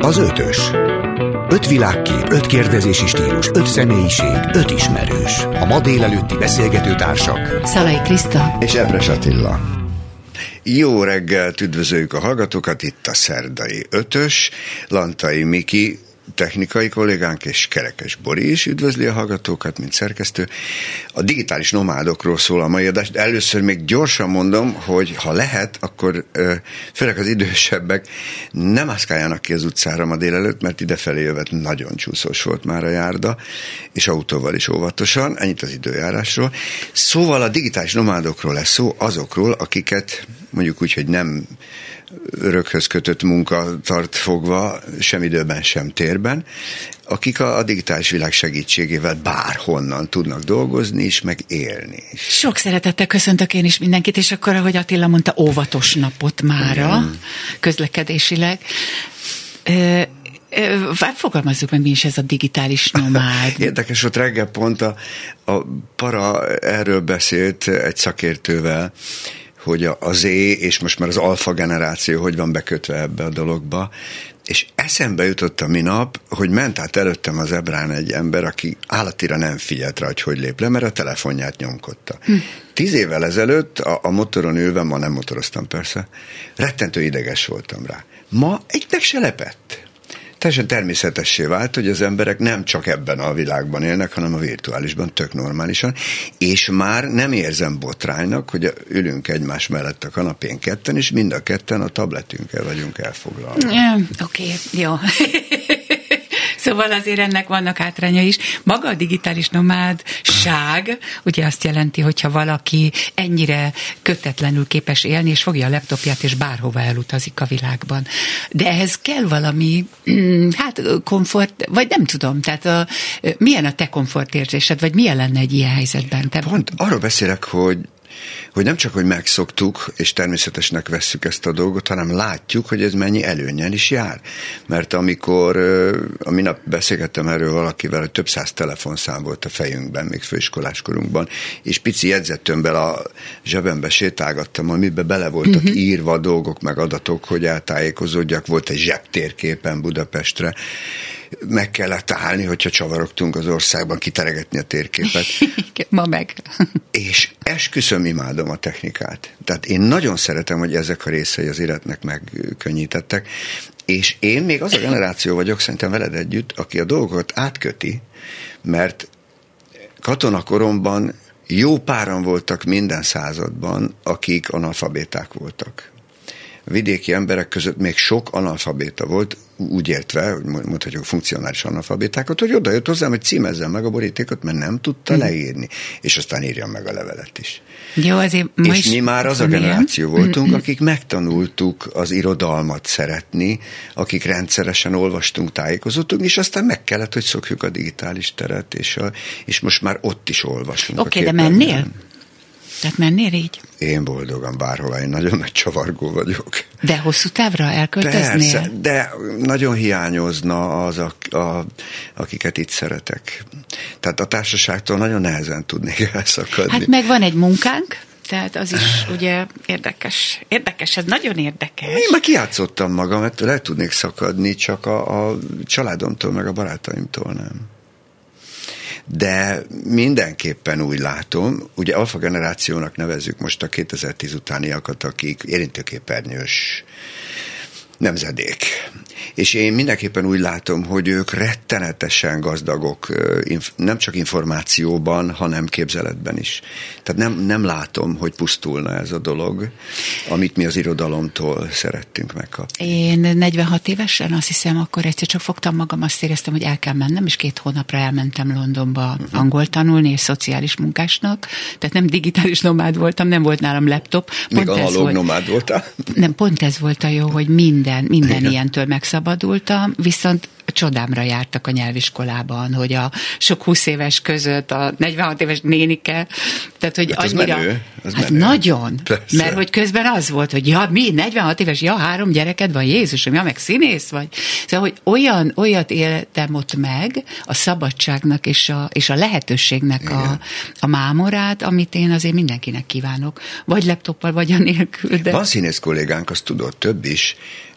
Az ötös. 5 világkép, 5 kérdezési stílus, 5 személyiség, 5 ismerős. A ma délelőtti beszélgető társak Szalai Kriszta és Epres Attila. Jó reggelt, üdvözöljük a hallgatókat, itt a szerdai ötös. Lantai Miki, technikai kollégánk, és Kerekes Bori is üdvözli a hallgatókat, mint szerkesztő. A digitális nomádokról szól a mai adás, de először még gyorsan mondom, hogy ha lehet, akkor főleg az idősebbek nem mászkáljanak ki az utcára ma délelőtt, mert idefelé jövet nagyon csúszós volt már a járda, és autóval is óvatosan, ennyit az időjárásról. Szóval a digitális nomádokról lesz szó, azokról, akiket mondjuk úgy, hogy nem örökhöz kötött munka tart fogva, sem időben, sem térben, akik a digitális világ segítségével bárhonnan tudnak dolgozni is, meg élni is. Sok szeretettel köszöntök én is mindenkit, és akkor, ahogy Attila mondta, óvatos napot mára, közlekedésileg. Fogalmazzuk meg, mi is ez a digitális nomád. Érdekes, ott reggel pont a para erről beszélt egy szakértővel, hogy a Z és most már az alfa generáció hogy van bekötve ebbe a dologba, és eszembe jutott a minap, hogy ment át előttem az ebrán egy ember, aki állatira nem figyelt rá, hogy lép le, mert a telefonját nyomkodta. 10 évvel ezelőtt a motoron ülve, ma nem motoroztam persze, rettentő ideges voltam rá. Ma egynek se lepett. Teljesen természetessé vált, hogy az emberek nem csak ebben a világban élnek, hanem a virtuálisban, tök normálisan, és már nem érzem botránynak, hogy ülünk egymás mellett a kanapén ketten, és mind a ketten a tabletünkkel vagyunk elfoglalva. Oké, jó. Szóval azért ennek vannak hátránya is. Maga a digitális nomádság ugye azt jelenti, hogyha valaki ennyire kötetlenül képes élni, és fogja a laptopját, és bárhova elutazik a világban. De ehhez kell valami, komfort, vagy nem tudom, tehát milyen a te komfortérzésed, vagy milyen lenne egy ilyen helyzetben? Pont arról beszélek, hogy nem csak, hogy megszoktuk, és természetesnek vesszük ezt a dolgot, hanem látjuk, hogy ez mennyi előnnyel is jár. Mert amikor a minap beszélgettem erről valakivel, hogy több száz telefonszám volt a fejünkben, még főiskolás korunkban, és pici jegyzettömbbel a zsebembe sétálgattam, amiben bele voltak írva dolgok, meg adatok, hogy eltájékozódjak. Volt egy zsebtérképen Budapestre, meg kellett állni, hogyha csavarogtunk az országban, kiteregetni a térképet. Ma meg. És esküszöm, imádom a technikát. Tehát én nagyon szeretem, hogy ezek a részei az életnek megkönnyítettek, és én még az a generáció vagyok, szerintem veled együtt, aki a dolgokat átköti, mert katonakoromban jó páran voltak minden században, akik analfabéták voltak. Vidéki emberek között még sok analfabéta volt, úgy értve, hogy mondhatjuk funkcionális analfabétákat, hogy oda jött hozzám, hogy címezzem meg a borítékot, mert nem tudta leírni, és aztán írjam meg a levelet is. Jó, azért és mi már az a generáció voltunk, akik megtanultuk az irodalmat szeretni, akik rendszeresen olvastunk, tájékozottunk, és aztán meg kellett, hogy szokjuk a digitális teret, és most már ott is olvasunk. Oké, de mennél? Tehát mennél így? Én boldogan bárhova, én nagyon nagy csavargó vagyok. De hosszú távra elköltöznél? Persze, de nagyon hiányozna az, akiket itt szeretek. Tehát a társaságtól nagyon nehezen tudnék elszakadni. Hát meg van egy munkánk, tehát az is ugye érdekes, ez nagyon érdekes. Én már kijátszottam magam, mert le tudnék szakadni, csak a családomtól, meg a barátaimtól nem. De mindenképpen úgy látom, ugye alfa generációnak nevezzük most a 2010 utániakat, akik érintőképernyős nemzedék. És én mindenképpen úgy látom, hogy ők rettenetesen gazdagok, nem csak információban, hanem képzeletben is. Tehát nem látom, hogy pusztulna ez a dolog, amit mi az irodalomtól szerettünk megkapni. Én 46 évesen, azt hiszem, akkor egyszer csak fogtam magam, azt éreztem, hogy el kell mennem, és 2 hónapra elmentem Londonba angol tanulni, és szociális munkásnak. Tehát nem digitális nomád voltam, nem volt nálam laptop. Még analóg nomád voltál? Nem, pont ez volt a jó, hogy minden ilyentől megszabadultam, viszont csodámra jártak a nyelviskolában, hogy a sok 20 éves között a 46 éves nénike, tehát hogy hát annyira... Az hát menő. nagyon, Persze. mert hogy közben az volt, hogy ja, mi, 46 éves, ja, 3 gyereked van, Jézusom, ja, meg színész vagy. Szóval, hogy olyat éltem ott meg, a szabadságnak és a lehetőségnek a mámorát, amit én azért mindenkinek kívánok. Vagy laptoppal, vagy a nélkül. De... Van színész kollégánk, azt tudod, több is,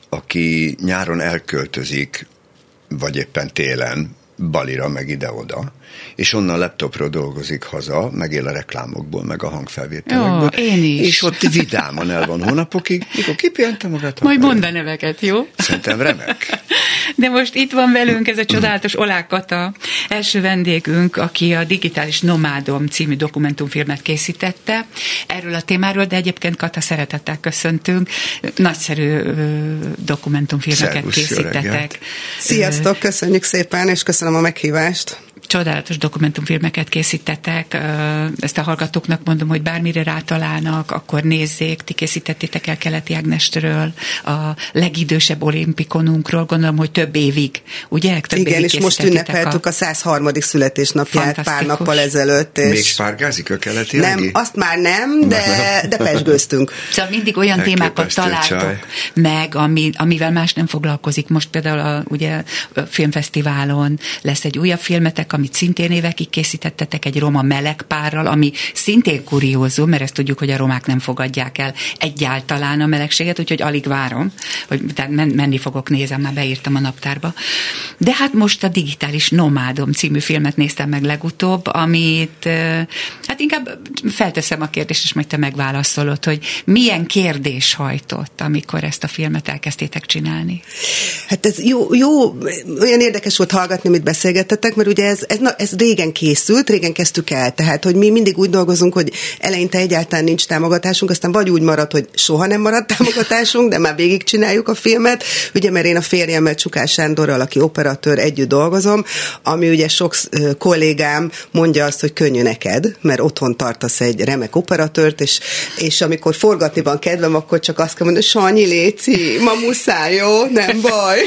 aki nyáron elköltözik, vagy éppen télen, Balira, meg ide-oda, és onnan laptopról dolgozik haza, megél a reklámokból, meg a hangfelvételekből. Én is. És ott vidáman el van hónapokig, mikor kipihente magát. Majd mondd a neveket, jó? Szerintem remek. De most itt van velünk ez a csodálatos Olák Kata, első vendégünk, aki a Digitális Nomádom című dokumentumfilmet készítette erről a témáról, de egyébként Kata, szeretettel köszöntünk. Nagyszerű dokumentumfilmeket Szervusz, készítettek. Sziasztok, köszönjük szépen, és köszönöm a meghívást. Csodálatos dokumentumfilmeket készítettek. Ezt a hallgatóknak mondom, hogy bármire rátalálnak, akkor nézzék. Ti készítettétek el Keleti Ágnestről, a legidősebb olimpikonunkról, gondolom, hogy több évig, ugye? Igen, és most ünnepeltük a 103. születésnapját pár nappal ezelőtt. Még spárgázik a Keleti Ági? Nem, azt már nem, de pezsgőztünk. Szóval mindig olyan témákat találtok meg, amivel más nem foglalkozik. Most például ugye a filmfesztiválon lesz egy újabb filmetek, amit szintén évekig készítettetek egy roma melegpárral, ami szintén kuriózum, mert ezt tudjuk, hogy a romák nem fogadják el egyáltalán a melegséget, úgyhogy alig várom, hogy menni fogok, nézem, már beírtam a naptárba. De hát most a Digitális Nomádom című filmet néztem meg legutóbb, amit hát inkább felteszem a kérdést, és majd te megválaszolod, hogy milyen kérdés hajtott, amikor ezt a filmet elkezdtétek csinálni? Hát ez jó, olyan érdekes volt hallgatni, amit beszélgettetek, mert ugye ez régen készült, régen kezdtük el, tehát, hogy mi mindig úgy dolgozunk, hogy eleinte egyáltalán nincs támogatásunk, aztán vagy úgy marad, hogy soha nem maradt támogatásunk, de már végig csináljuk a filmet, ugye, mert én a férjemmel, Csukás Sándorral, aki operatőr, együtt dolgozom, ami ugye sok kollégám mondja azt, hogy könnyű neked, mert otthon tartasz egy remek operatőrt, és amikor forgatni van kedvem, akkor csak azt kell mondani, Sanyi, léci, ma muszáj, jó? Nem baj.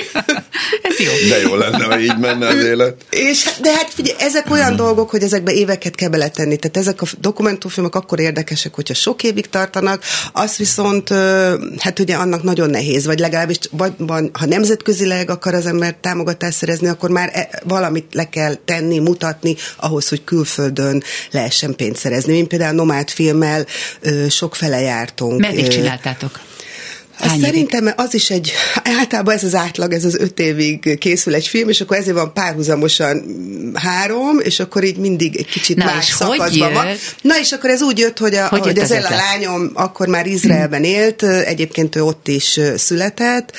Ez jó. De jó lenne, ha így menne az élet. De hát figyelj, ezek olyan dolgok, hogy ezekbe éveket kell beletenni. Tehát ezek a dokumentumfilmek akkor érdekesek, hogyha sok évig tartanak, az viszont, hát ugye annak nagyon nehéz, vagy legalábbis, ha nemzetközileg akar az ember támogatást szerezni, akkor már valamit le kell tenni, mutatni, ahhoz, hogy külföldön lehessen pénzt szerezni. Én például Nomád filmmel sokfele jártunk. Meddig csináltátok? Szerintem az is általában ez az átlag, ez az 5 évig készül egy film, és akkor ezért van párhuzamosan 3, és akkor így mindig egy kicsit más szakaszban van. Na, és akkor ez úgy jött, hogy az a lányom akkor már Izraelben élt, egyébként ő ott is született,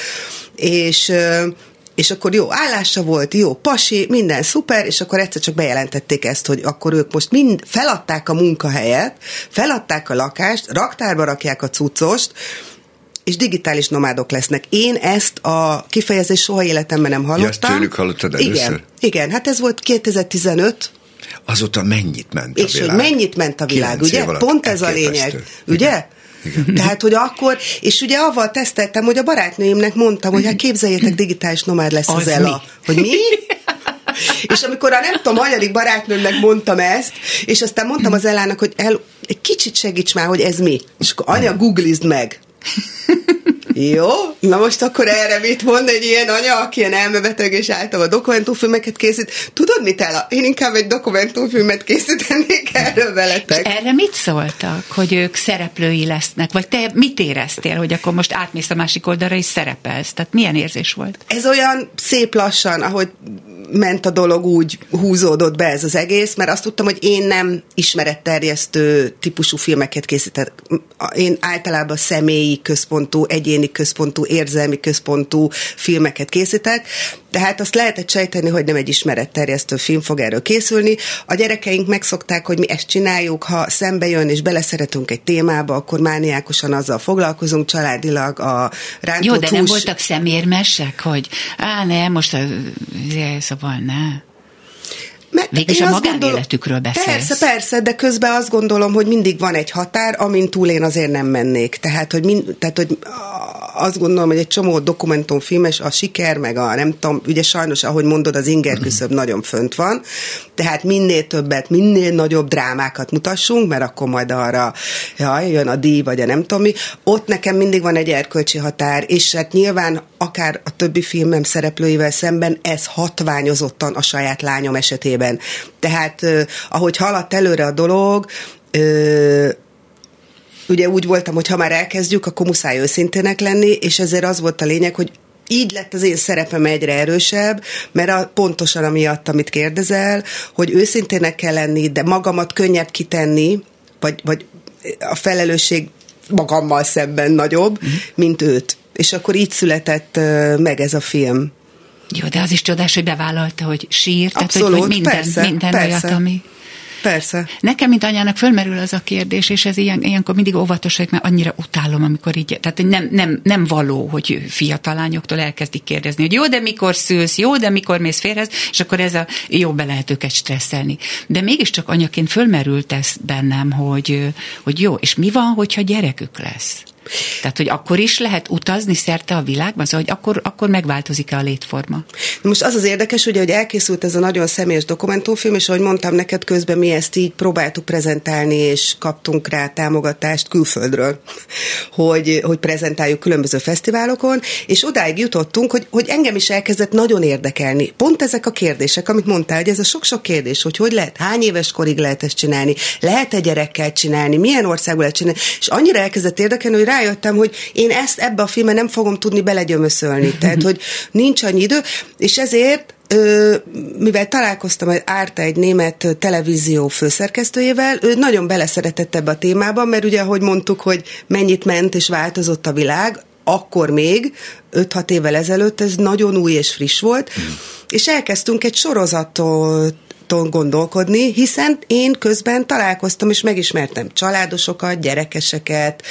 és akkor jó állása volt, jó pasi, minden szuper, és akkor egyszer csak bejelentették ezt, hogy akkor ők most mind feladták a munkahelyet, feladták a lakást, raktárba rakják a cuccost, és digitális nomádok lesznek. Én ezt a kifejezést soha életemben nem hallottam. Ja, ezt tőlük hallottad először? Igen, hát ez volt 2015. Azóta mennyit ment a világ? És hogy mennyit ment a világ, ugye? Pont ez a lényeg, ugye? Igen. Tehát, hogy akkor, és ugye avval teszteltem, hogy a barátnőimnek mondtam, hogy hát képzeljétek, digitális nomád lesz az Ella. Hogy mi? És amikor a nem tudom, hanyadik barátnőmnek mondtam ezt, és aztán mondtam az Ellának, hogy egy kicsit segíts már, hogy ez mi. És akkor anya, googlizd meg. Jó, na most akkor erre mit mond egy ilyen anya, aki ilyen elmebeteg és általában dokumentumfilmeket készít? Tudod mit, Ella? Én inkább egy dokumentumfilmet készítenék erről veletek. És erre mit szóltak, hogy ők szereplői lesznek? Vagy te mit éreztél, hogy akkor most átmész a másik oldalra és szerepelsz? Tehát milyen érzés volt? Ez olyan szép lassan, ahogy ment a dolog, úgy húzódott be ez az egész, mert azt tudtam, hogy én nem ismeretterjesztő típusú filmeket készítek. Én általában személyi központú, egyéni központú, érzelmi központú filmeket készítek, tehát azt lehetett sejteni, hogy nem egy ismeretterjesztő film fog erről készülni. A gyerekeink megszokták, hogy mi ezt csináljuk, ha szembe jön és beleszeretünk egy témába, akkor mániákosan azzal foglalkozunk, családilag a rántott hús. Jó, de nem voltak szemérmesek, hogy nem, most szóval ne. Végülis a magánéletükről beszélsz. Persze, de közben azt gondolom, hogy mindig van egy határ, amin túl én azért nem mennék. Tehát, hogy azt gondolom, hogy egy csomó dokumentumfilmes, a siker, meg a nem tudom, ugye sajnos, ahogy mondod, az inger küszöb nagyon fönt van, tehát minél többet, minél nagyobb drámákat mutassunk, mert akkor majd arra jön a díj, vagy a nem tudom mi. Ott nekem mindig van egy erkölcsi határ, és hát nyilván akár a többi filmem szereplőivel szemben ez hatványozottan a saját lányom esetében. Tehát ahogy haladt előre a dolog, ugye úgy voltam, hogy ha már elkezdjük, akkor muszáj őszintének lenni, és ezért az volt a lényeg, hogy így lett az én szerepem egyre erősebb, mert pontosan amiatt, amit kérdezel, hogy őszintének kell lenni, de magamat könnyebb kitenni, vagy a felelősség magammal szemben nagyobb, mint őt. És akkor így született meg ez a film. Jó, de az is csodás, hogy bevállalta, hogy sír, abszolút, tehát hogy minden persze. olyat, ami... Persze. Nekem, mint anyának fölmerül az a kérdés, és ez ilyenkor mindig óvatos vagyok, mert annyira utálom, amikor így, tehát nem való, hogy fiatal lányoktól elkezdik kérdezni, hogy jó, de mikor szülsz, jó, de mikor mész férhez, és akkor ez a jó, be lehet őket stresszelni. De mégiscsak anyaként fölmerült ez bennem, hogy jó, és mi van, hogyha gyerekük lesz? Tehát, hogy akkor is lehet utazni szerte a világban, szóval, hogy akkor megváltozik-e a létforma? Most az érdekes, ugye, hogy elkészült ez a nagyon személyes dokumentumfilm, és ahogy mondtam neked, közben mi ezt így próbáltuk prezentálni, és kaptunk rá támogatást külföldről, hogy prezentáljuk különböző fesztiválokon, és odáig jutottunk, hogy engem is elkezdett nagyon érdekelni. Pont ezek a kérdések, amit mondtál, hogy ez a sok-sok kérdés, hogy lehet, hány éves korig lehet ezt csinálni, lehet-e gyerekkel csinálni, milyen országban lehet csinálni, és annyira elkezdett érdekelni, hogy rájöttem, hogy én ezt ebbe a filmbe nem fogom tudni belegyömöszölni. Tehát, hogy nincs annyi idő, és ezért mivel találkoztam egy Arte, egy német televízió főszerkesztőjével, ő nagyon beleszeretett ebbe a témába, mert ugye, ahogy mondtuk, hogy mennyit ment és változott a világ, akkor még, 5-6 évvel ezelőtt ez nagyon új és friss volt, és elkezdtünk egy sorozatot gondolkodni, hiszen én közben találkoztam és megismertem családosokat, gyerekeseket,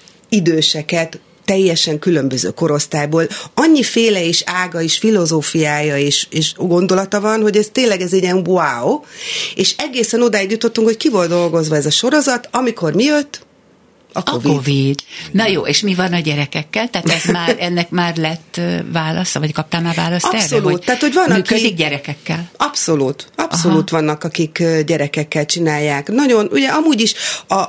időseket, teljesen különböző korosztályból. Annyiféle és ága és filozófiája és gondolata van, hogy ez tényleg ez egy ilyen wow, és egészen odáig jutottunk, hogy ki volt dolgozva ez a sorozat, amikor mi jött? A Covid. Na jó, és mi van a gyerekekkel? Tehát ennek már lett válasz, vagy kaptál már választ abszolút, erre? Hogy tehát, hogy van, működik gyerekekkel? Abszolút vannak, akik gyerekekkel csinálják. Nagyon, ugye amúgy is,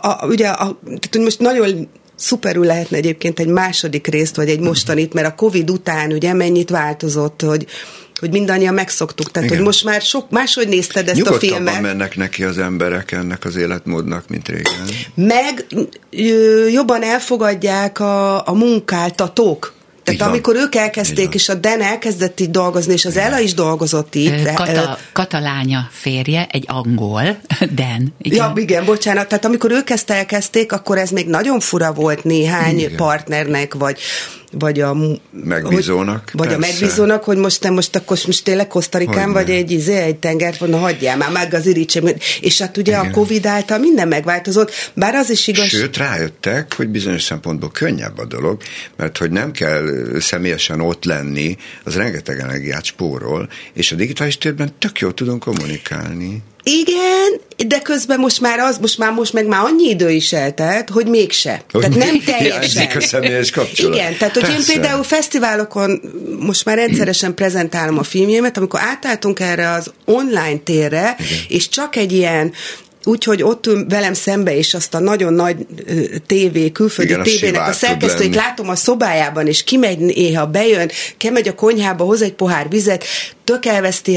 tehát hogy most nagyon szuperül lehetne egyébként egy második részt, vagy egy mostanit, mert a Covid után ugye mennyit változott, hogy mindannyian megszoktuk. Tehát, igen, hogy most már máshogy nézted ezt a filmet. Nyugodtabban mennek neki az emberek ennek az életmódnak, mint régen. Meg jobban elfogadják a munkáltatók. Tehát amikor ők elkezdték, és a Dan elkezdett így dolgozni, és az Ella is dolgozott így. Katalánya férje, egy angol, Dan. Igen. Ja, igen, bocsánat. Tehát amikor ők ezt elkezdték, akkor ez még nagyon fura volt néhány, igen, partnernek, vagy a megbízónak. Vagy persze, a megbízónak, hogy most tényleg Kosztarikán, vagy egy tengert, na hagyjál már meg az irigységem. És hát ugye, igen, a Covid által minden megváltozott, bár az is igaz. Sőt, rájöttek, hogy bizonyos szempontból könnyebb a dolog, mert hogy nem kell személyesen ott lenni, az rengeteg energiát spórol, és a digitális térben tök jól tudunk kommunikálni. Igen, de közben most meg már annyi idő is eltelt, hogy mégse. Tehát nem teljesen. A személyes kapcsolat. Igen, tehát hogy én például fesztiválokon most már rendszeresen prezentálom a filmjémet, amikor átálltunk erre az online térre, igen, és csak egy ilyen úgyhogy ott ül velem szembe, és azt a nagyon nagy külföldi tévének a szerkesztőit látom a szobájában, és kimegy néha, bejön, kimegy a konyhába, hoz egy pohár vizet, tök elveszti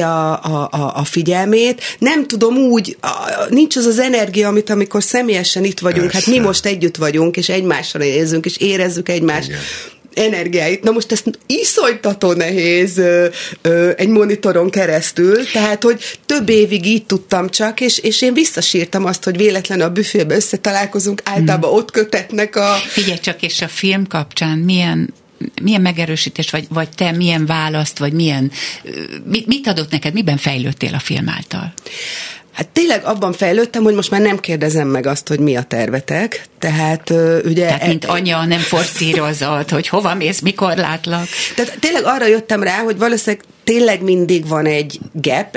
a figyelmét, nem tudom úgy, nincs az energia, amit amikor személyesen itt vagyunk, persze, hát mi most együtt vagyunk, és egymásra nézzünk, és érezzük egymást, igen, energiáit. Na most ezt iszonytató nehéz egy monitoron keresztül, tehát, hogy több évig így tudtam csak, és én visszasírtam azt, hogy véletlenül a büfébe összetalálkozunk, általában ott kötetnek a... Figyelj csak, és a film kapcsán milyen megerősítés, vagy te milyen választ, vagy mit adott neked, miben fejlődtél a film által? Hát tényleg abban fejlődtem, hogy most már nem kérdezem meg azt, hogy mi a tervetek, tehát ugye... Tehát mint anya nem forszírozod, hogy hova mész, mikor látlak. Tehát tényleg arra jöttem rá, hogy valószínűleg tényleg mindig van egy gap,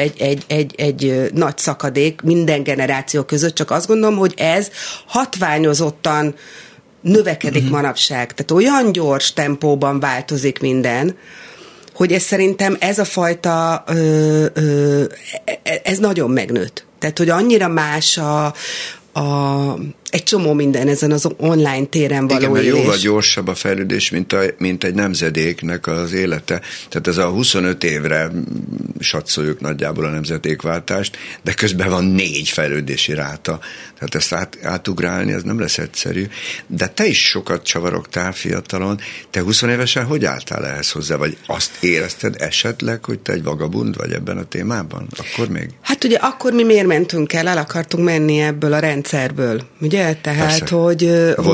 egy nagy szakadék minden generáció között, csak azt gondolom, hogy ez hatványozottan növekedik manapság. Tehát olyan gyors tempóban változik minden, hogy ez szerintem ez a fajta, ez nagyon megnőtt. Tehát, hogy annyira más egy csomó minden ezen az online téren való. Igen, mert élés. jóval gyorsabb a fejlődés, mint egy nemzedéknek az élete. Tehát ez a 25 évre satszoljuk nagyjából a nemzedékváltást, de közben van 4 fejlődési ráta. Tehát ezt átugrálni, ez nem lesz egyszerű. De te is sokat csavarogtál fiatalon. Te 20 évesen hogy álltál ehhez hozzá? Vagy azt érezted esetleg, hogy te egy vagabund vagy ebben a témában? Akkor még? Hát ugye akkor mi miért mentünk el akartunk menni ebből a rendszerből, ugye? Tehát, persze. hogy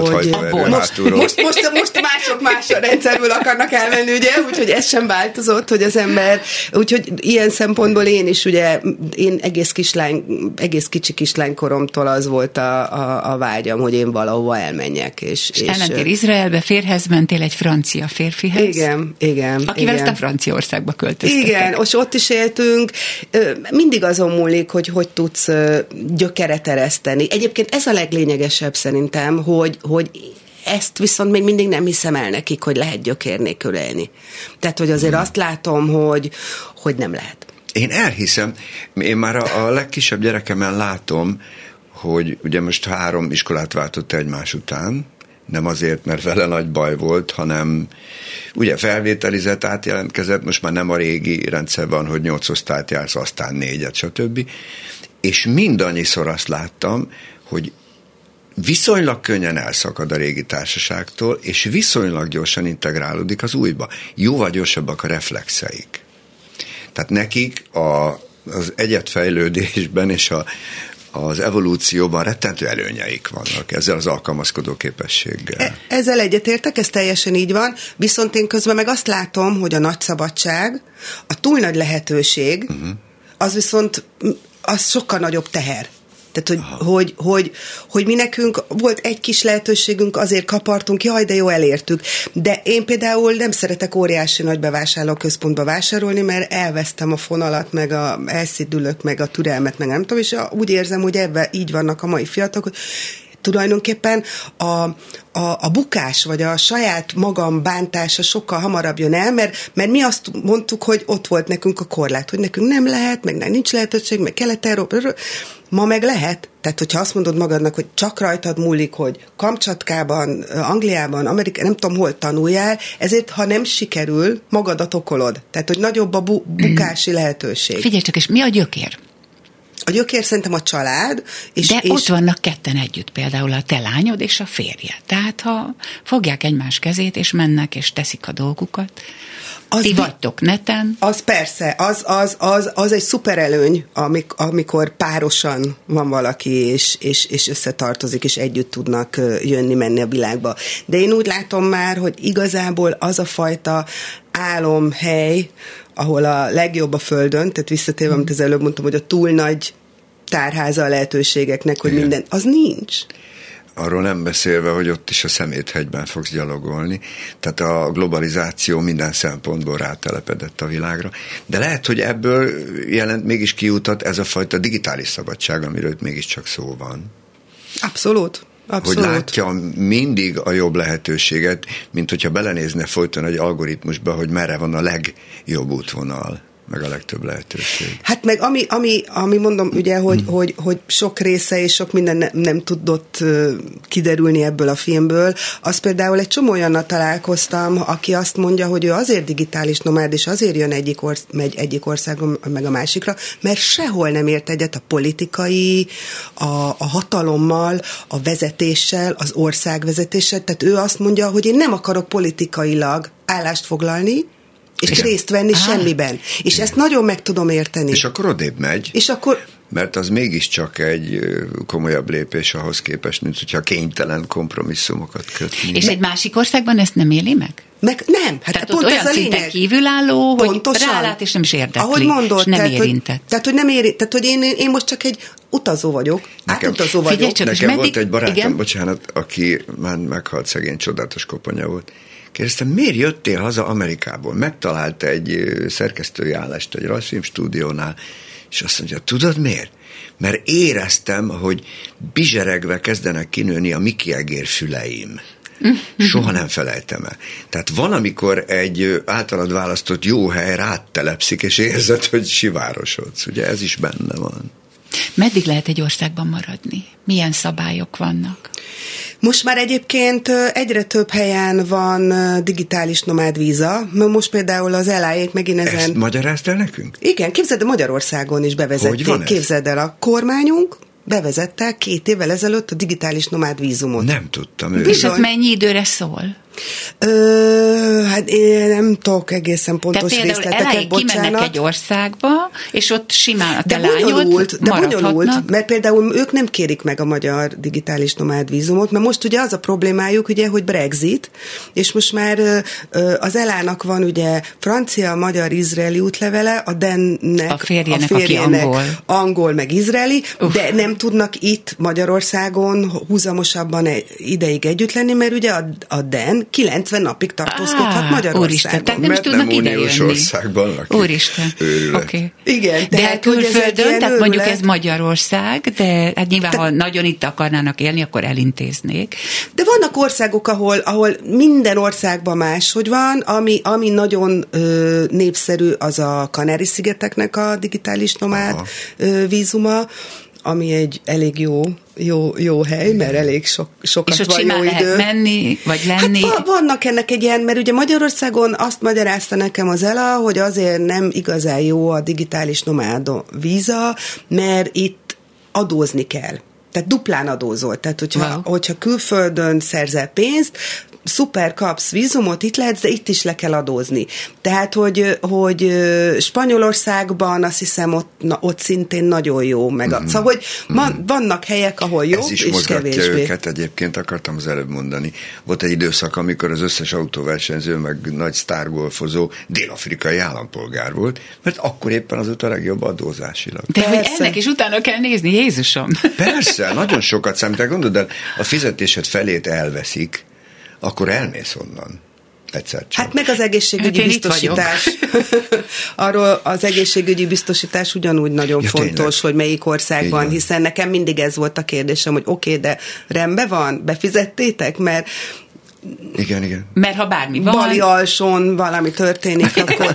most mások más a rendszerből akarnak elmenni, ugye? Úgyhogy ez sem változott, hogy az ember, úgyhogy ilyen szempontból én is, ugye, én egész kicsi kislánykoromtól az volt a vágyam, hogy én valahova elmenjek. És elmentél Izraelbe, férhez mentél egy francia férfihez. Igen. Akivel aztán Franciaországba költöztetek. Igen, és ott is éltünk. Mindig azon múlik, hogy tudsz gyökeret ereszteni. Egyébként ez a leglényegesebb szerintem, hogy ezt viszont még mindig nem hiszem el nekik, hogy lehet gyökér nélkül élni. Tehát, hogy azért azt látom, hogy nem lehet. Én elhiszem, én már a legkisebb gyerekemmel látom, hogy ugye most 3 iskolát váltott egymás után, nem azért, mert vele nagy baj volt, hanem ugye felvételizett, átjelentkezett, most már nem a régi rendszerben, hogy 8 osztályt jársz, aztán 4-et, stb. És mindannyiszor azt láttam, hogy viszonylag könnyen elszakad a régi társaságtól, és viszonylag gyorsan integrálódik az újba. Jóval gyorsabbak a reflexeik. Tehát nekik az egyetfejlődésben és az evolúcióban rettentő előnyeik vannak ezzel az alkalmazkodó képességgel. Ezzel egyetértek, ez teljesen így van, viszont én közben meg azt látom, hogy a nagy szabadság, a túl nagy lehetőség, az viszont az sokkal nagyobb teher. Tehát, hogy mi nekünk volt egy kis lehetőségünk, azért kapartunk, jaj, de jó, elértük. De én például nem szeretek óriási nagy bevásárlóközpontba vásárolni, mert elvesztem a fonalat, meg elszédülök, meg a türelmet, meg nem tudom, és úgy érzem, hogy ebben így vannak a mai fiatalok, hogy tulajdonképpen a bukás, vagy a saját magam bántása sokkal hamarabb jön el, mert mi azt mondtuk, hogy ott volt nekünk a korlát, hogy nekünk nem lehet, meg nincs lehetőség, meg Kelet-Európa, ma meg lehet. Tehát, hogyha azt mondod magadnak, hogy csak rajtad múlik, hogy Kamcsatkában, Angliában, Amerikában, nem tudom, hol tanuljál, ezért, ha nem sikerül, magadat okolod. Tehát, hogy nagyobb a bukási lehetőség. Figyelj csak, és mi a gyökér? A gyökér szerintem a család. De ott vannak ketten együtt, például a te lányod és a férje. Tehát, ha fogják egymás kezét, és mennek, és teszik a dolgukat, ti vagytok neten. Az persze, az egy szuper előny, amikor párosan van valaki, és összetartozik, és együtt tudnak jönni-menni a világba. De én úgy látom már, hogy igazából az a fajta álomhely, ahol a legjobb a földön, tehát visszatérve, amit az előbb mondtam, hogy a túl nagy tárháza a lehetőségeknek, hogy minden, az nincs. Arról nem beszélve, hogy ott is a Szeméthegyben fogsz gyalogolni. Tehát a globalizáció minden szempontból rátelepedett a világra. De lehet, hogy ebből jelent mégis kiutat ez a fajta digitális szabadság, amiről itt mégiscsak szó van. Abszolút. Hogy látja mindig a jobb lehetőséget, mint hogyha belenézne folyton egy algoritmusba, hogy merre van a legjobb útvonal, meg a legtöbb lehetőség. Hát meg ami mondom, ugye, hogy sok része és sok minden nem tudott kiderülni ebből a filmből, az például egy csomó olyannal találkoztam, aki azt mondja, hogy ő azért digitális nomád, és azért jön megy egyik országon, meg a másikra, mert sehol nem ért egyet a politikai, a hatalommal, a vezetéssel, az országvezetéssel, tehát ő azt mondja, hogy én nem akarok politikailag állást foglalni, és részt venni semmiben. És ezt nagyon meg tudom érteni. És akkor odébb megy. És akkor... Mert az mégiscsak egy komolyabb lépés ahhoz képest, mint hogyha kénytelen kompromisszumokat kötni. És egy másik országban ezt nem éli meg? Nem. Hát tehát pont olyan szinten kívülálló, hogy rálát és nem is érdekli. Ahogy mondod, és nem érintett. Tehát, hogy nem érintett. Tehát, hogy én most csak egy utazó vagyok. Átutazó vagyok. Nekem volt egy barátom, bocsánat, aki már meghalt, szegény, csodálatos koponya volt. Kérdeztem, miért jöttél haza Amerikából? Megtalált egy szerkesztői állást egy rajzfilm stúdiónál, és azt mondja, tudod miért? Mert éreztem, hogy bizseregve kezdenek kinőni a Mickey egér füleim. Soha nem felejtem el. Tehát van, amikor egy általad választott jó hely rád telepszik, és érzed, hogy sivárosodsz. Ugye ez is benne van. Meddig lehet egy országban maradni? Milyen szabályok vannak? Most már egyébként egyre több helyen van digitális nomád víza. Most például az LA-ék megint ezen... Ezt magyaráztál nekünk? Igen, képzeld, Magyarországon is bevezették. Képzeld el, a kormányunk bevezette 2 évvel ezelőtt a digitális nomád vízumot. Nem tudtam. És ez mennyi időre szól? Hát én nem tudok egészen pontos részleteket, bocsánat. Kimennek egy országba, és ott simán a te lányod bonyolult, mert például ők nem kérik meg a magyar digitális nomád vízumot, mert most ugye az a problémájuk, ugye, hogy Brexit, és most már az ELA-nak van ugye francia, magyar, izraeli útlevele, a DEN-nek, a férjének angol meg izraeli, de nem tudnak itt Magyarországon húzamosabban ideig együtt lenni, mert ugye a DEN 90 napig tartózkodhat Magyarországon. Úristen, tehát nem is tudnak idejönni. Országban lakik. Úristen, oké. Igen. De külföldön, tehát mondjuk ez Magyarország, de hát nyilván, ha nagyon itt akarnának élni, akkor elintéznék. De vannak országok, ahol minden országban máshogy van, ami nagyon népszerű, az a Kanári-szigeteknek a digitális nomád vízuma, ami egy elég jó hely, mert elég sokat és van jó idő. És lehet menni, vagy lenni? Hát vannak ennek egy ilyen, mert ugye Magyarországon azt magyarázta nekem az ELA, hogy azért nem igazán jó a digitális nomád víza, mert itt adózni kell. Tehát duplán adózol. Tehát, hogyha külföldön szerzel pénzt, szuper, kapsz vízumot, itt lehetsz, de itt is le kell adózni. Tehát, hogy Spanyolországban azt hiszem ott szintén nagyon jó meg. Szóval, hogy vannak helyek, ahol jó, ez is és mozgatja kevésbé. Őket, egyébként akartam az előbb mondani. Volt egy időszak, amikor az összes autóversenyző, meg nagy sztárgolfozó dél-afrikai állampolgár volt, mert akkor éppen az a legjobb adózásilag. De hogy ennek is utána kell nézni, Jézusom! Persze, nagyon sokat számít. Gondolod, de a fizetésed felét elveszik, akkor elmész onnan. Egyszer csak. Hát meg az egészségügyi biztosítás. Arról az egészségügyi biztosítás ugyanúgy nagyon fontos, tényleg, hogy melyik országban, hiszen nekem mindig ez volt a kérdésem, hogy oké, de rendben van, befizettétek, mert igen. Mert ha bármi van. Bali alsón valami történik, akkor...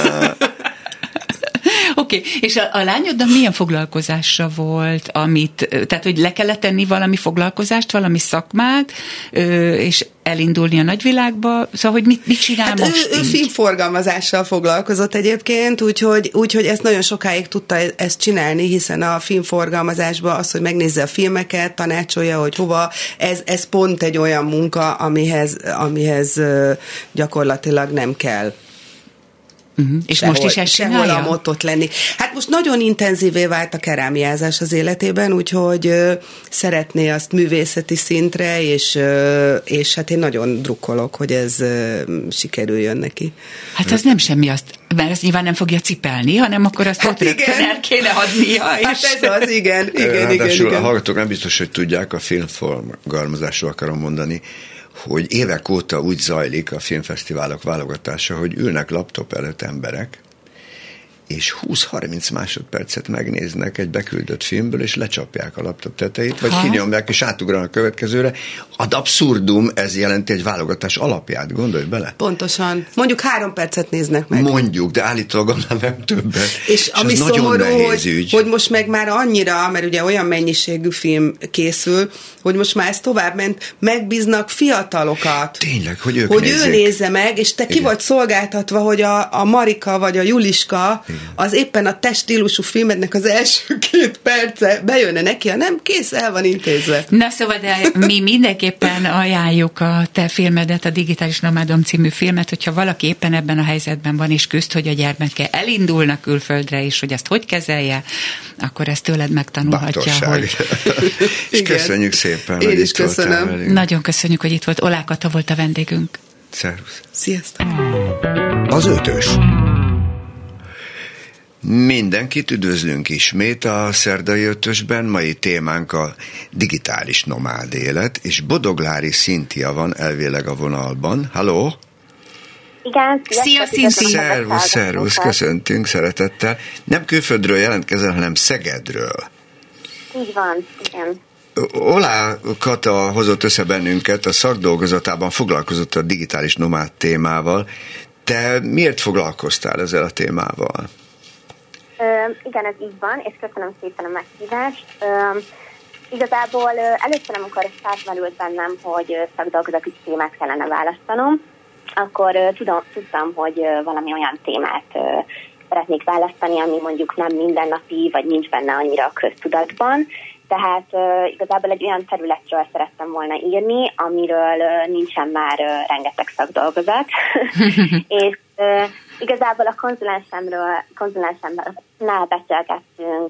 Oké, és a lányoddal milyen foglalkozásra volt, tehát, hogy le kellett tenni valami foglalkozást, valami szakmát, és elindulni a nagyvilágba, szóval, hogy mit csinál most? Ő filmforgalmazással foglalkozott egyébként, úgyhogy ezt nagyon sokáig tudta ezt csinálni, hiszen a filmforgalmazásban az, hogy megnézze a filmeket, tanácsolja, hogy hova, ez pont egy olyan munka, amihez gyakorlatilag nem kell. És most is ezt csinálja? Sehol a mottot lenni. Hát most nagyon intenzívé vált a kerámiázás az életében, úgyhogy szeretné azt művészeti szintre, és hát én nagyon drukkolok, hogy ez sikerüljön neki. Hát az nem semmi, mert ezt nyilván nem fogja cipelni, hanem akkor azt ott rögtön el kéne adnia. Hát ez az, igen. A hallgatók nem biztos, hogy tudják, a filmforgalmazásról akarom mondani, hogy évek óta úgy zajlik a filmfesztiválok válogatása, hogy ülnek laptop előtt emberek, és 20-30 másodpercet megnéznek egy beküldött filmből, és lecsapják a laptop tetejét, vagy kinyomják, és átugranak a következőre. Ad abszurdum, ez jelenti egy válogatás alapját, gondolj bele. Pontosan. Mondjuk 3 percet néznek meg. Mondjuk, de állítólag nem többet. És ami szomorú, hogy most meg már annyira, mert ugye olyan mennyiségű film készül, hogy most már ez tovább ment, megbíznak fiatalokat. Tényleg, hogy ők nézzék. Ő nézze meg, és te ki vagy szolgáltatva, hogy a Marika vagy a Juliska az éppen a te stílusú filmednek az első 2 perce bejönne neki, ha nem, kész, el van intézve. Na szóval, de mi mindenképpen ajánljuk a te filmedet, a Digitális Nomádom című filmet, hogyha valaki éppen ebben a helyzetben van, és küzd, hogy a gyermeke elindulnak külföldre, és hogy ezt hogy kezelje, akkor ezt tőled megtanulhatja. Bátorság. És köszönjük szépen, hogy itt voltál velünk. Nagyon köszönjük, hogy itt volt. Oláh Kata volt a vendégünk. Szervusz. Sziasztok. Az 5-ös. Mindenkit üdvözlünk ismét a szerdai 5-ösben. Mai témánk a digitális nomád élet, és Bodoglári Szintia van elvileg a vonalban. Halló? Igen, szia, Szinti! Szervusz, köszöntünk szeretettel. Nem külföldről jelentkezel, hanem Szegedről. Így van, igen. Oláh Kata hozott össze bennünket, a szakdolgozatában foglalkozott a digitális nomád témával. Te miért foglalkoztál ezzel a témával? Igen, ez így van, és köszönöm szépen a meghívást. Igazából először, amikor felmerült bennem, hogy szakdolgozati témát kellene választanom, akkor tudtam, hogy valami olyan témát szeretnék választani, ami mondjuk nem mindennapi, vagy nincs benne annyira a köztudatban. Tehát igazából egy olyan területről szerettem volna írni, amiről nincsen már rengeteg szakdolgozat. És igazából a konzulensemmel beszélgettünk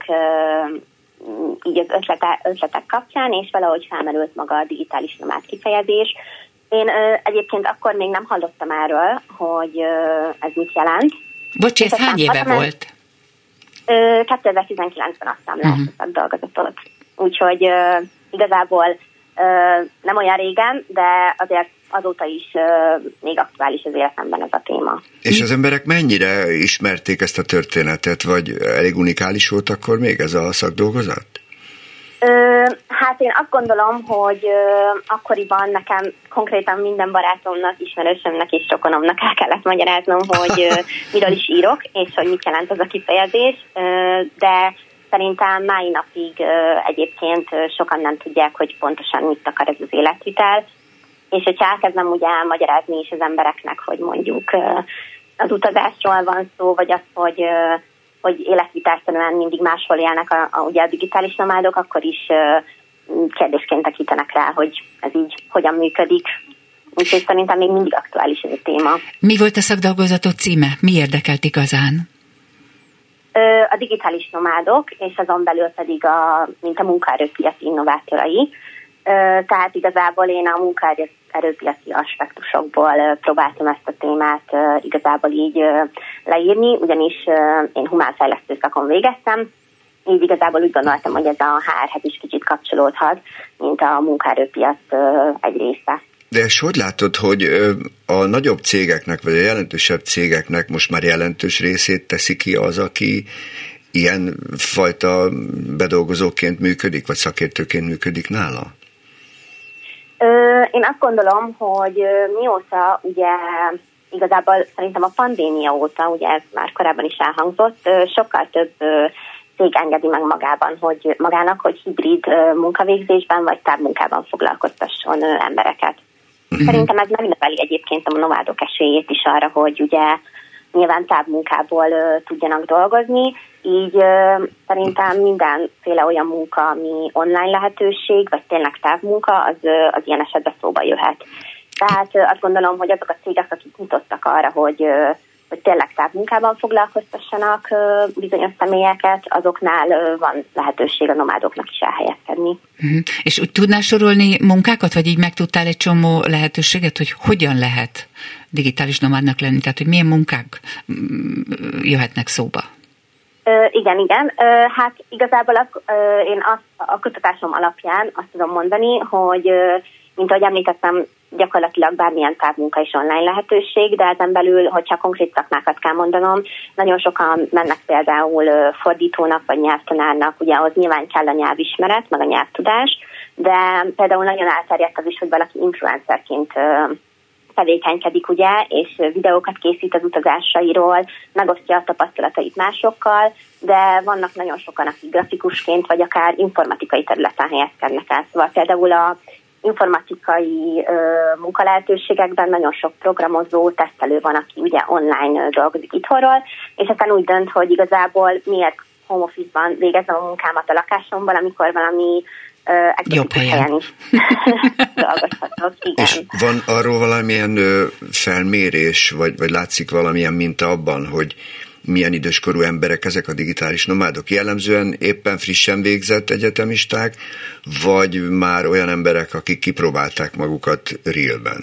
így az ötletek kapcsán, és valahogy felmerült maga a digitális nomád kifejezés. Én egyébként akkor még nem hallottam erről, hogy ez mit jelent. Bocs, ez hány éve volt? 2019-ben adtam le ezt a szakdolgozatot. Úgyhogy igazából nem olyan régen, de azért azóta is még aktuális az életemben ez a téma. És az emberek mennyire ismerték ezt a történetet, vagy elég unikális volt akkor még ez a szakdolgozat? Hát én azt gondolom, hogy akkoriban nekem konkrétan minden barátomnak, ismerősömnek és rokonomnak el kellett magyaráznom, hogy miről is írok, és hogy mit jelent az a kifejezés, de szerintem mai napig egyébként sokan nem tudják, hogy pontosan mit akar ez az életvitel, és hogyha elkezdem ugye elmagyarázni is az embereknek, hogy mondjuk az utazásról van szó, vagy az, hogy életvitelszerűen mindig máshol élnek ugye a digitális nomádok, akkor is kérdésként tekintenek rá, hogy ez így hogyan működik. Úgyhogy szerintem még mindig aktuális ez a téma. Mi volt a szakdolgozatok címe? Mi érdekelt igazán? A digitális nomádok, és azon belül pedig mint a munkaerőpiaci innovátorai. Tehát igazából én a munkaerőpiaci aspektusokból próbáltam ezt a témát igazából így leírni, ugyanis én humánfejlesztő szakon végeztem, így igazából úgy gondoltam, hogy ez a HR-hez is kicsit kapcsolódhat, mint a munkaerőpiac egy része. De és hogy látod, hogy a nagyobb cégeknek, vagy a jelentősebb cégeknek most már jelentős részét teszi ki az, aki ilyen fajta bedolgozóként működik, vagy szakértőként működik nála? Én azt gondolom, hogy mióta ugye igazából szerintem a pandémia óta, ugye ez már korábban is elhangzott, sokkal több cég engedi meg magának, hogy hibrid munkavégzésben vagy távmunkában foglalkoztasson embereket. Szerintem ez megnöveli egyébként a nomádok esélyét is arra, hogy ugye nyilván távmunkából tudjanak dolgozni, így szerintem mindenféle olyan munka, ami online lehetőség, vagy tényleg távmunka, az ilyen esetben szóba jöhet. Tehát azt gondolom, hogy azok a cégek, akik nyitottak arra, hogy tényleg távmunkában foglalkoztassanak bizonyos személyeket, azoknál van lehetőség a nomádoknak is elhelyezkedni. És úgy tudnál sorolni munkákat, vagy így megtudtál egy csomó lehetőséget, hogy hogyan lehet digitális nomádnak lenni, tehát hogy milyen munkák jöhetnek szóba? Igen. Hát igazából én a kutatásom alapján azt tudom mondani, hogy mint ahogy említettem, gyakorlatilag bármilyen távmunka is online lehetőség, de ezen belül, hogyha konkrét szakmákat kell mondanom, nagyon sokan mennek például fordítónak vagy nyelvtanárnak, ugye ahhoz nyilván kell a nyelvismeret, meg a nyelvtudás, de például nagyon elterjedt az is, hogy valaki influencerként tevékenykedik, ugye, és videókat készít az utazásairól, megosztja a tapasztalatait másokkal, de vannak nagyon sokan, akik grafikusként, vagy akár informatikai területen helyezkednek el. Szóval például a informatikai munkalehetőségekben nagyon sok programozó, tesztelő van, aki ugye online dolgozik itthonról, és aztán úgy dönt, hogy igazából miért home office-ban végezem a munkámat a lakásomban, amikor valami egész helyen is dolgozhatok. Igen. És van arról valamilyen felmérés, vagy látszik valamilyen minta abban, hogy milyen időskorú emberek ezek a digitális nomádok? Jellemzően éppen frissen végzett egyetemisták, vagy már olyan emberek, akik kipróbálták magukat realben?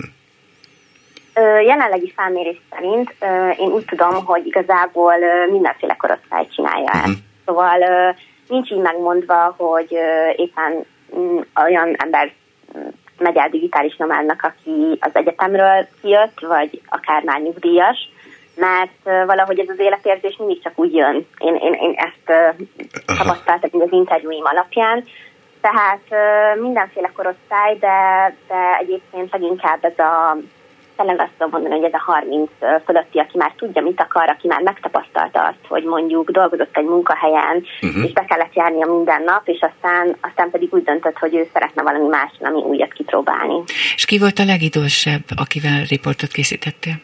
Jelenlegi felmérés szerint én úgy tudom, hogy igazából mindenféle korosztály csinálja ezt. Szóval nincs így megmondva, hogy éppen olyan ember megy el digitális nomádnak, aki az egyetemről kijött, vagy akár már nyugdíjas, mert valahogy ez az életérzés mindig csak úgy jön. Én ezt tapasztaltam az interjúim alapján. Tehát mindenféle korosztály, de egyébként leginkább ez tényleg azt tudom mondani, hogy ez a 30 fölötti, aki már tudja, mit akar, aki már megtapasztalta azt, hogy mondjuk dolgozott egy munkahelyen, és be kellett járnia minden nap, és aztán pedig úgy döntött, hogy ő szeretne valami más, ami újat kipróbálni. És ki volt a legidősebb, akivel riportot készítettél?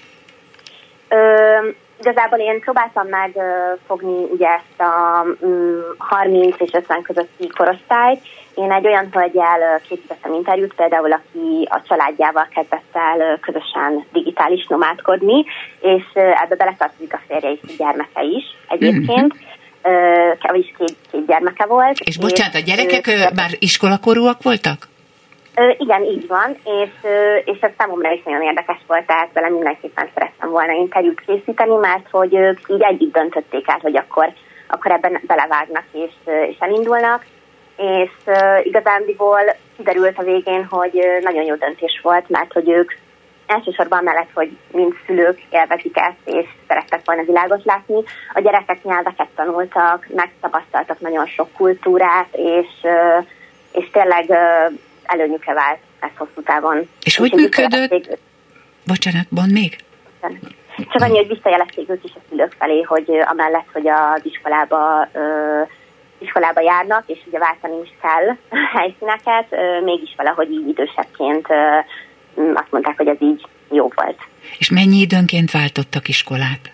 Igazából én próbáltam megfogni ugye ezt a 30 és 50 közötti korosztályt. Én egy olyan hölgyel készítettem interjút, például aki a családjával kezdett el közösen digitális nomádkodni, és ebbe beletartozik a férje és a gyermeke is egyébként. Vagyis két gyermeke volt. És bocsánat, a gyerekek már iskolakorúak voltak? Igen, így van, és ez számomra is nagyon érdekes volt, tehát vele mindenképpen szerettem volna interjút készíteni, mert hogy ők így együtt döntötték el, hogy akkor ebben belevágnak és elindulnak, és igazándiból kiderült a végén, hogy nagyon jó döntés volt, mert hogy ők elsősorban mellett, hogy mint szülők élvezik ezt, és szerettek volna világot látni, a gyerekek nyelveket tanultak, megtapasztaltak nagyon sok kultúrát, és tényleg előnyükre vált ez hosszú távon. És hogy működött? Bocsánat, mondd még. Csak annyi, hogy visszajelezték ők is a szülők felé, hogy amellett, hogy az iskolába járnak, és ugye váltani is kell helyszíneket, mégis valahogy így idősebbként azt mondták, hogy ez így jó volt. És mennyi időnként váltottak iskolát?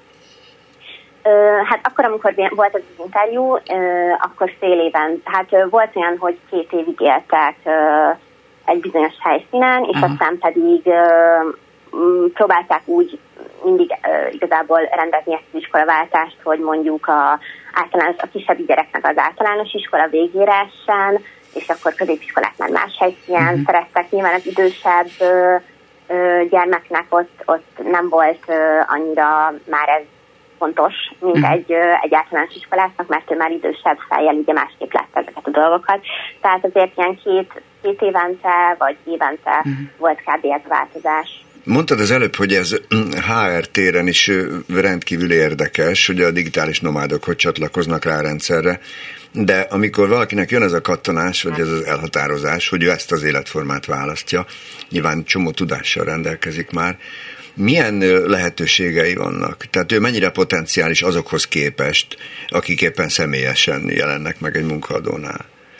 Hát akkor, amikor volt az interjú, akkor fél éven, hát volt olyan, hogy 2 évig éltek egy bizonyos helyszínen, és aztán pedig próbálták úgy mindig igazából rendezni ezt az iskolaváltást, hogy mondjuk a kisebb gyereknek az általános iskola végére essen, és akkor középiskolát már más helyszínen szerettek. Nyilván az idősebb gyermeknek ott nem volt annyira már ez fontos, mint egy általános iskolásnak, mert ő már idősebb fejjel ugye másképp látta ezeket a dolgokat. Tehát azért ilyen két évente, vagy évente volt kb. Ez a változás. Mondtad az előbb, hogy ez HR téren is rendkívül érdekes, hogy a digitális nomádok hogy csatlakoznak rá a rendszerre, de amikor valakinek jön ez a kattanás, vagy ez az elhatározás, hogy ő ezt az életformát választja, nyilván csomó tudással rendelkezik már, milyen lehetőségei vannak? Tehát ő mennyire potenciális azokhoz képest, akik éppen személyesen jelennek meg egy munkaadónál?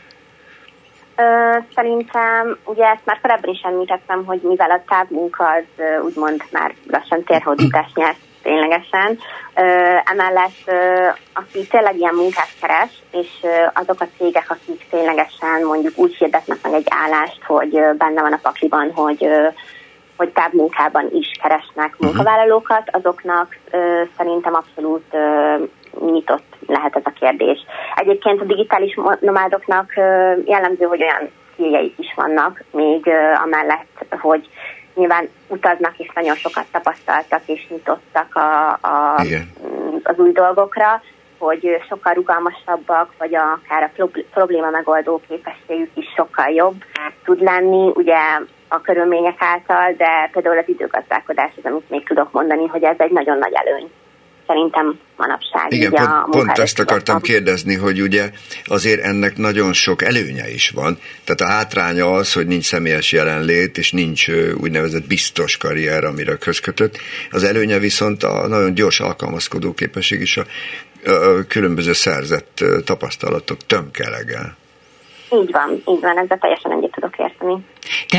Szerintem, ugye ezt már korábban is említettem, hogy mivel a távmunka az úgymond már lassan térhódítást nyert ténylegesen, emellett aki tényleg ilyen munkát keres, és azok a cégek, akik ténylegesen mondjuk úgy hirdetnek meg egy állást, hogy benne van a pakliban, hogy távmunkában is keresnek munkavállalókat, azoknak szerintem abszolút nyitott lehet ez a kérdés. Egyébként a digitális nomádoknak jellemző, hogy olyan céljaik is vannak, még amellett, hogy nyilván utaznak és nagyon sokat tapasztaltak és nyitottak az új dolgokra, hogy sokkal rugalmasabbak, vagy akár a probléma megoldó képességük is sokkal jobb tud lenni, ugye a körülmények által, de például az időgazdálkodás az, amit még tudok mondani, hogy ez egy nagyon nagy előny. Szerintem manapság. Igen, pont ezt akartam kérdezni, hogy ugye azért ennek nagyon sok előnye is van. Tehát a hátránya az, hogy nincs személyes jelenlét, és nincs úgynevezett biztos karrier, amire közkötött. Az előnye viszont a nagyon gyors alkalmazkodó képesség is a különböző szerzett tapasztalatok tömkelege. Így van, ezzel teljesen egyet tudok érteni. Te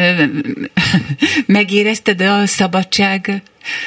megérezted a szabadság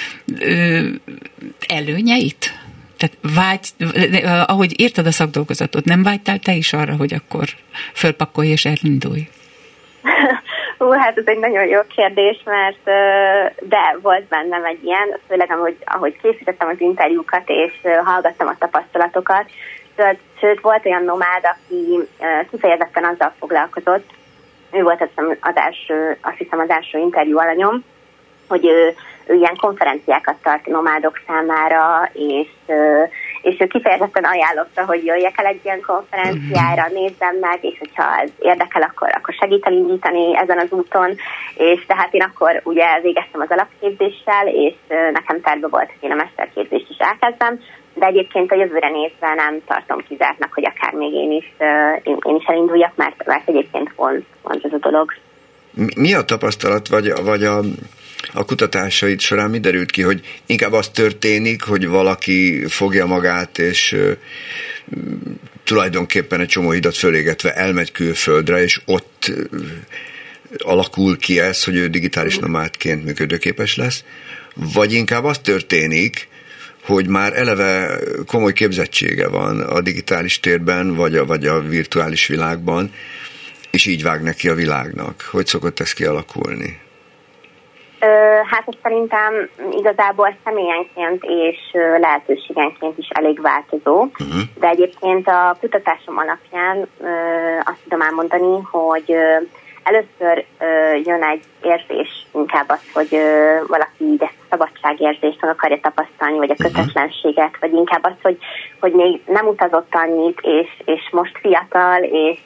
előnyeit? Tehát ahogy írtad a szakdolgozatot, nem vágytál te is arra, hogy akkor fölpakolj és elindulj? Hát ez egy nagyon jó kérdés, mert de volt bennem egy ilyen, főleg ahogy készítettem az interjúkat és hallgattam a tapasztalatokat, sőt volt olyan nomád, aki kifejezetten azzal foglalkozott, ő volt azt hiszem az első interjú alanyom, hogy ő ilyen konferenciákat tart nomádok számára, és ő kifejezetten ajánlotta, hogy jöjjek el egy ilyen konferenciára, nézzem meg, és hogyha ez érdekel, akkor segít elindítani ezen az úton, és tehát én akkor ugye végeztem az alapképzéssel, és nekem terve volt, hogy én a mesterképzést is elkezdem, de egyébként a jövőre nézve nem tartom kizártnak, hogy akár még én is elinduljak, mert egyébként vonz ez a dolog. Mi a tapasztalat, vagy A kutatásaid során mi derült ki, hogy inkább az történik, hogy valaki fogja magát, és tulajdonképpen egy csomó hidat fölégetve elmegy külföldre, és ott alakul ki ez, hogy ő digitális nomádként működőképes lesz, vagy inkább az történik, hogy már eleve komoly képzettsége van a digitális térben, vagy a virtuális világban, és így vág neki a világnak. Hogy szokott ez kialakulni? Hát ez szerintem igazából személyenként és lehetőségenként is elég változó, de egyébként a kutatásom alapján azt tudom elmondani, hogy először jön egy érzés, inkább az, hogy valaki ezt a szabadságérzést meg akarja tapasztalni, vagy a kötetlenséget, vagy inkább az, hogy még nem utazott annyit, és most fiatal,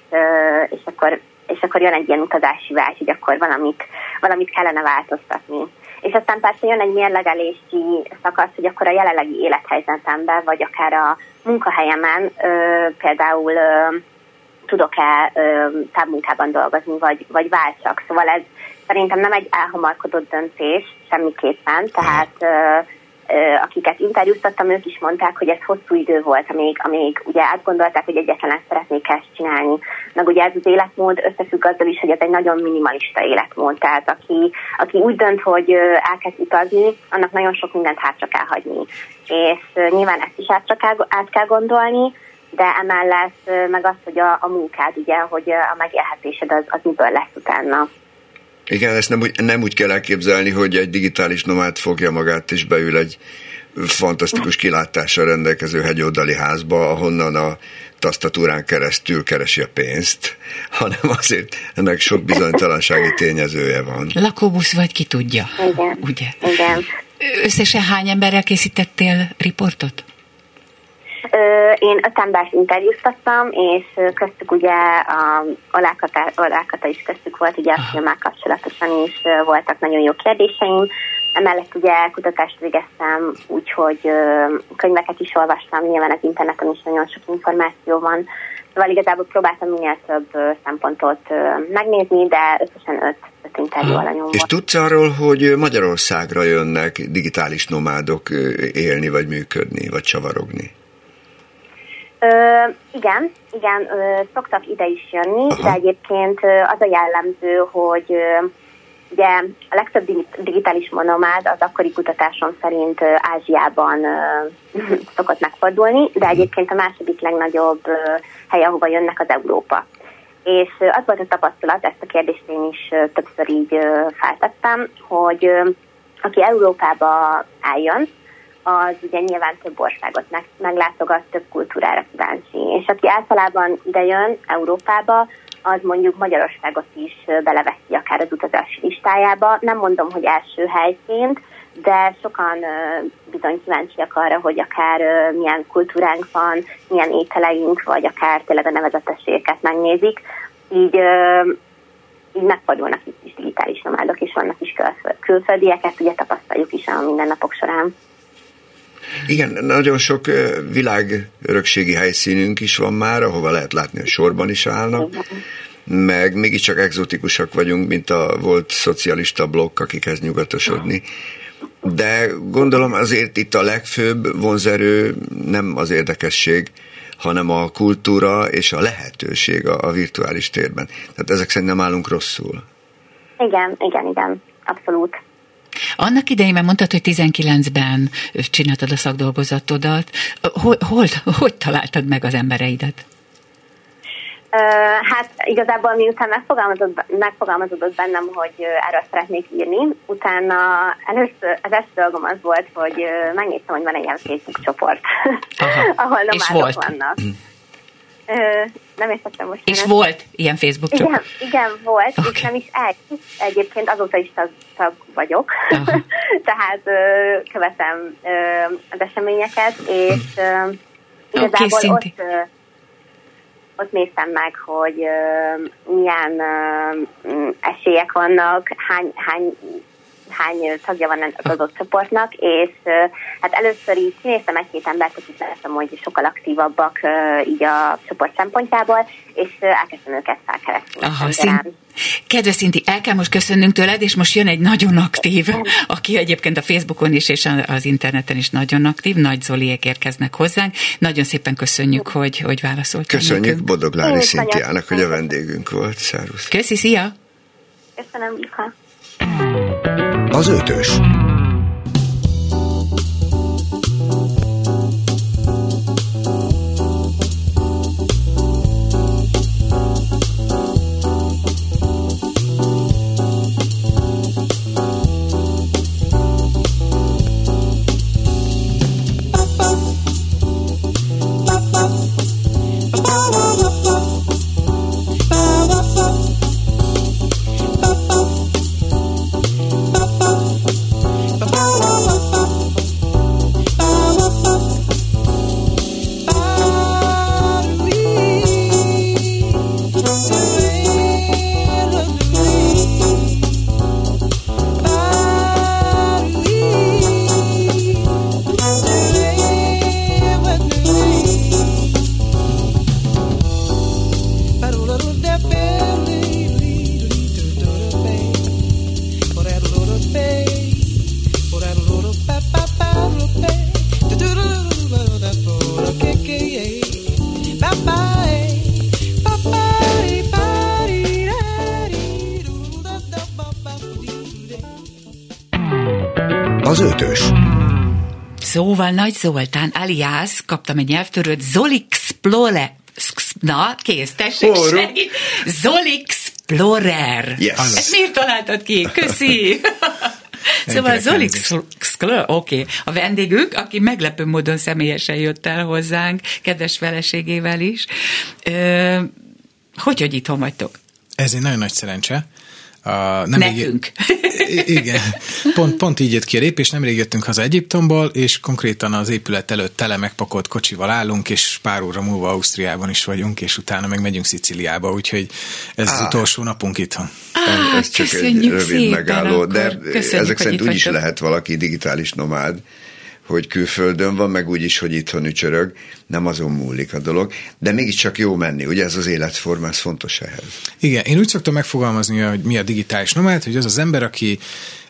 és akkor jön egy ilyen utazási vágy, hogy akkor valamit kellene változtatni. És aztán persze jön egy mérlegelési szakasz, hogy akkor a jelenlegi élethelyzetemben, vagy akár a munkahelyemen például tudok-e távmunkában dolgozni, vagy váltsak. Szóval ez szerintem nem egy elhamarkodott döntés semmiképpen, tehát akiket interjúztattam, ők is mondták, hogy ez hosszú idő volt, amíg ugye átgondolták, hogy egyáltalán szeretnék ezt csinálni. Meg ugye ez az életmód összefügg azzal is, hogy ez egy nagyon minimalista életmód. Tehát aki úgy dönt, hogy elkezd utazni, annak nagyon sok mindent hátra kell hagyni. És nyilván ezt is át kell gondolni, de emellett meg az, hogy a munkád, ugye, hogy a megélhetésed az miből lesz utána. Igen, ezt nem úgy kell elképzelni, hogy egy digitális nomád fogja magát és beül egy fantasztikus kilátással rendelkező hegyoldali házba, ahonnan a tasztatúrán keresztül keresi a pénzt, hanem azért ennek sok bizonytalansági tényezője van. Lakóbusz vagy, ki tudja. Igen. Ugye? Igen. Összesen hány emberrel készítettél riportot? Én 5 embert interjúztattam, és köztük ugye Alákata is köztük volt, ugye a filmmel kapcsolatosan is voltak nagyon jó kérdéseim. Emellett ugye kutatást végeztem, úgyhogy könyveket is olvastam, nyilván az interneten is nagyon sok információ van. Szóval igazából próbáltam minél több szempontot megnézni, de összesen 5 interjú alanyom volt. És tudsz arról, hogy Magyarországra jönnek digitális nomádok élni, vagy működni, vagy csavarogni? Igen, szoktak ide is jönni, de egyébként az a jellemző, hogy ugye a legtöbb digitális nomád az akkori kutatásom szerint Ázsiában szokott megfordulni, de egyébként a második legnagyobb hely, ahova jönnek, az Európa. És az volt a tapasztalat, ezt a kérdést én is többször így feltettem, hogy aki Európába eljön, az ugye nyilván több országot meglátogat, több kultúrára kíváncsi. És aki általában idejön Európába, az mondjuk Magyarországot is beleveszi akár az utazási listájába. Nem mondom, hogy első helyként, de sokan bizony kíváncsiak arra, hogy akár milyen kultúránk van, milyen ételeink, vagy akár tényleg a nevezetességeket megnézik. Így megfordulnak itt is digitális nomádok, és vannak is külföldiek, ezt ugye tapasztaljuk is a mindennapok során. Igen, nagyon sok világörökségi helyszínünk is van már, ahova lehet látni, hogy sorban is állnak, meg mégiscsak egzotikusak vagyunk, mint a volt szocialista blokk, akik kezd nyugatosodni. De gondolom azért itt a legfőbb vonzerő nem az érdekesség, hanem a kultúra és a lehetőség a virtuális térben. Tehát ezek szerint nem állunk rosszul. Igen, abszolút. Annak idején már mondtad, hogy 19-ben csináltad a szakdolgozatodat. Hogy találtad meg az embereidet? Hát igazából miután megfogalmazódott bennem, hogy erről szeretnék írni, utána az első dolgom az volt, hogy megnéztem, hogy van egy ilyen Facebook csoport, ahol nomádok vannak. Nem értettem most. És volt ilyen Facebook csoport? Igen, volt, okay. És nem is egyébként azóta is tag vagyok, tehát követem az eseményeket, és igazából ott néztem meg, hogy milyen esélyek vannak, hány hány tagja van az adott csoportnak, és hát először így kinéztem egy-két embert, akik láttam, hogy sokkal aktívabbak így a csoport szempontjából, és elkezdtem őket felkeresni. Kedves Szinti, el kell most köszönnünk tőled, és most jön egy nagyon aktív, aki egyébként a Facebookon is, és az interneten is nagyon aktív, Nagy Zoliék érkeznek hozzánk. Nagyon szépen köszönjük, hogy válaszoltál. Köszönjük Bodoglári Szintiának, hogy a vendégünk volt. Szervusz. Köszi, szia! Köszönöm, Ika. Az ötös. Az ötös. Szóval Nagy Zoltán alias, kaptam egy nyelvtörőt, Zolixplorer. Na, kész, tessék segít. Zolixplorer. Yes. Ezt miért találtad ki? Köszi. Szóval Zolixplorer, oké. A vendégünk, aki meglepő módon személyesen jött el hozzánk, kedves feleségével is. Hogy itthon vagytok? Ez egy nagyon nagy szerencse. Nekünk. Igen. Pont így jött ki a lépés, nemrég jöttünk haza Egyiptomból, és konkrétan az épület előtt tele megpakolt kocsival állunk, és pár óra múlva Ausztriában is vagyunk, és utána meg megyünk Szicíliába, úgyhogy ez az utolsó napunk itthon. Ez csak egy rövid megálló, de ezek szerint úgy is lehet valaki digitális nomád, hogy külföldön van, meg úgy is, hogy itthon ücsörög, nem azon múlik a dolog, de mégiscsak jó menni, ugye ez az életforma, ez fontos ehhez. Igen, én úgy szoktam megfogalmazni, hogy mi a digitális nomád, hogy az az ember, aki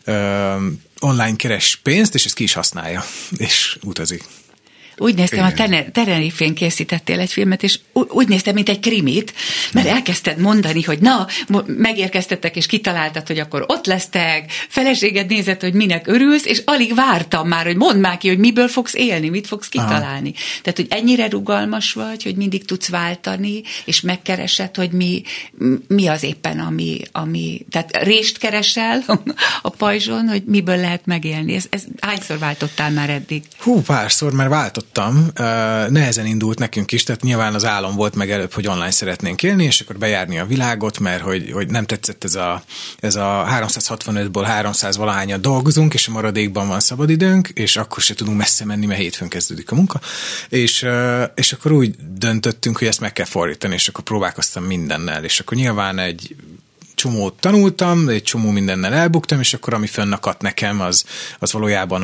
online keres pénzt, és ezt ki is használja, és utazik. Úgy néztem, a Tenerifén készítettél egy filmet, és úgy néztem, mint egy krimit, mert elkezdted mondani, hogy na, megérkeztettek, és kitaláltad, hogy akkor ott lesztek, feleséged nézett, hogy minek örülsz, és alig vártam már, hogy mondd már ki, hogy miből fogsz élni, mit fogsz kitalálni. Aha. Tehát, hogy ennyire rugalmas vagy, hogy mindig tudsz váltani, és megkeresed, hogy mi az éppen, ami tehát rést keresel a pajzson, hogy miből lehet megélni. Ez hányszor váltottál már eddig? Párszor már váltottam. Nehezen indult nekünk is, tehát nyilván az álom volt meg előbb, hogy online szeretnénk élni, és akkor bejárni a világot, mert hogy nem tetszett ez a 365-ból 300 valahányat dolgozunk, és a maradékban van szabadidőnk, és akkor se tudunk messze menni, mert hétfőn kezdődik a munka, és akkor úgy döntöttünk, hogy ezt meg kell fordítani, és akkor próbálkoztam mindennel, és akkor nyilván egy csomót tanultam, egy csomó mindennel elbuktam, és akkor ami fönnakadt nekem, az valójában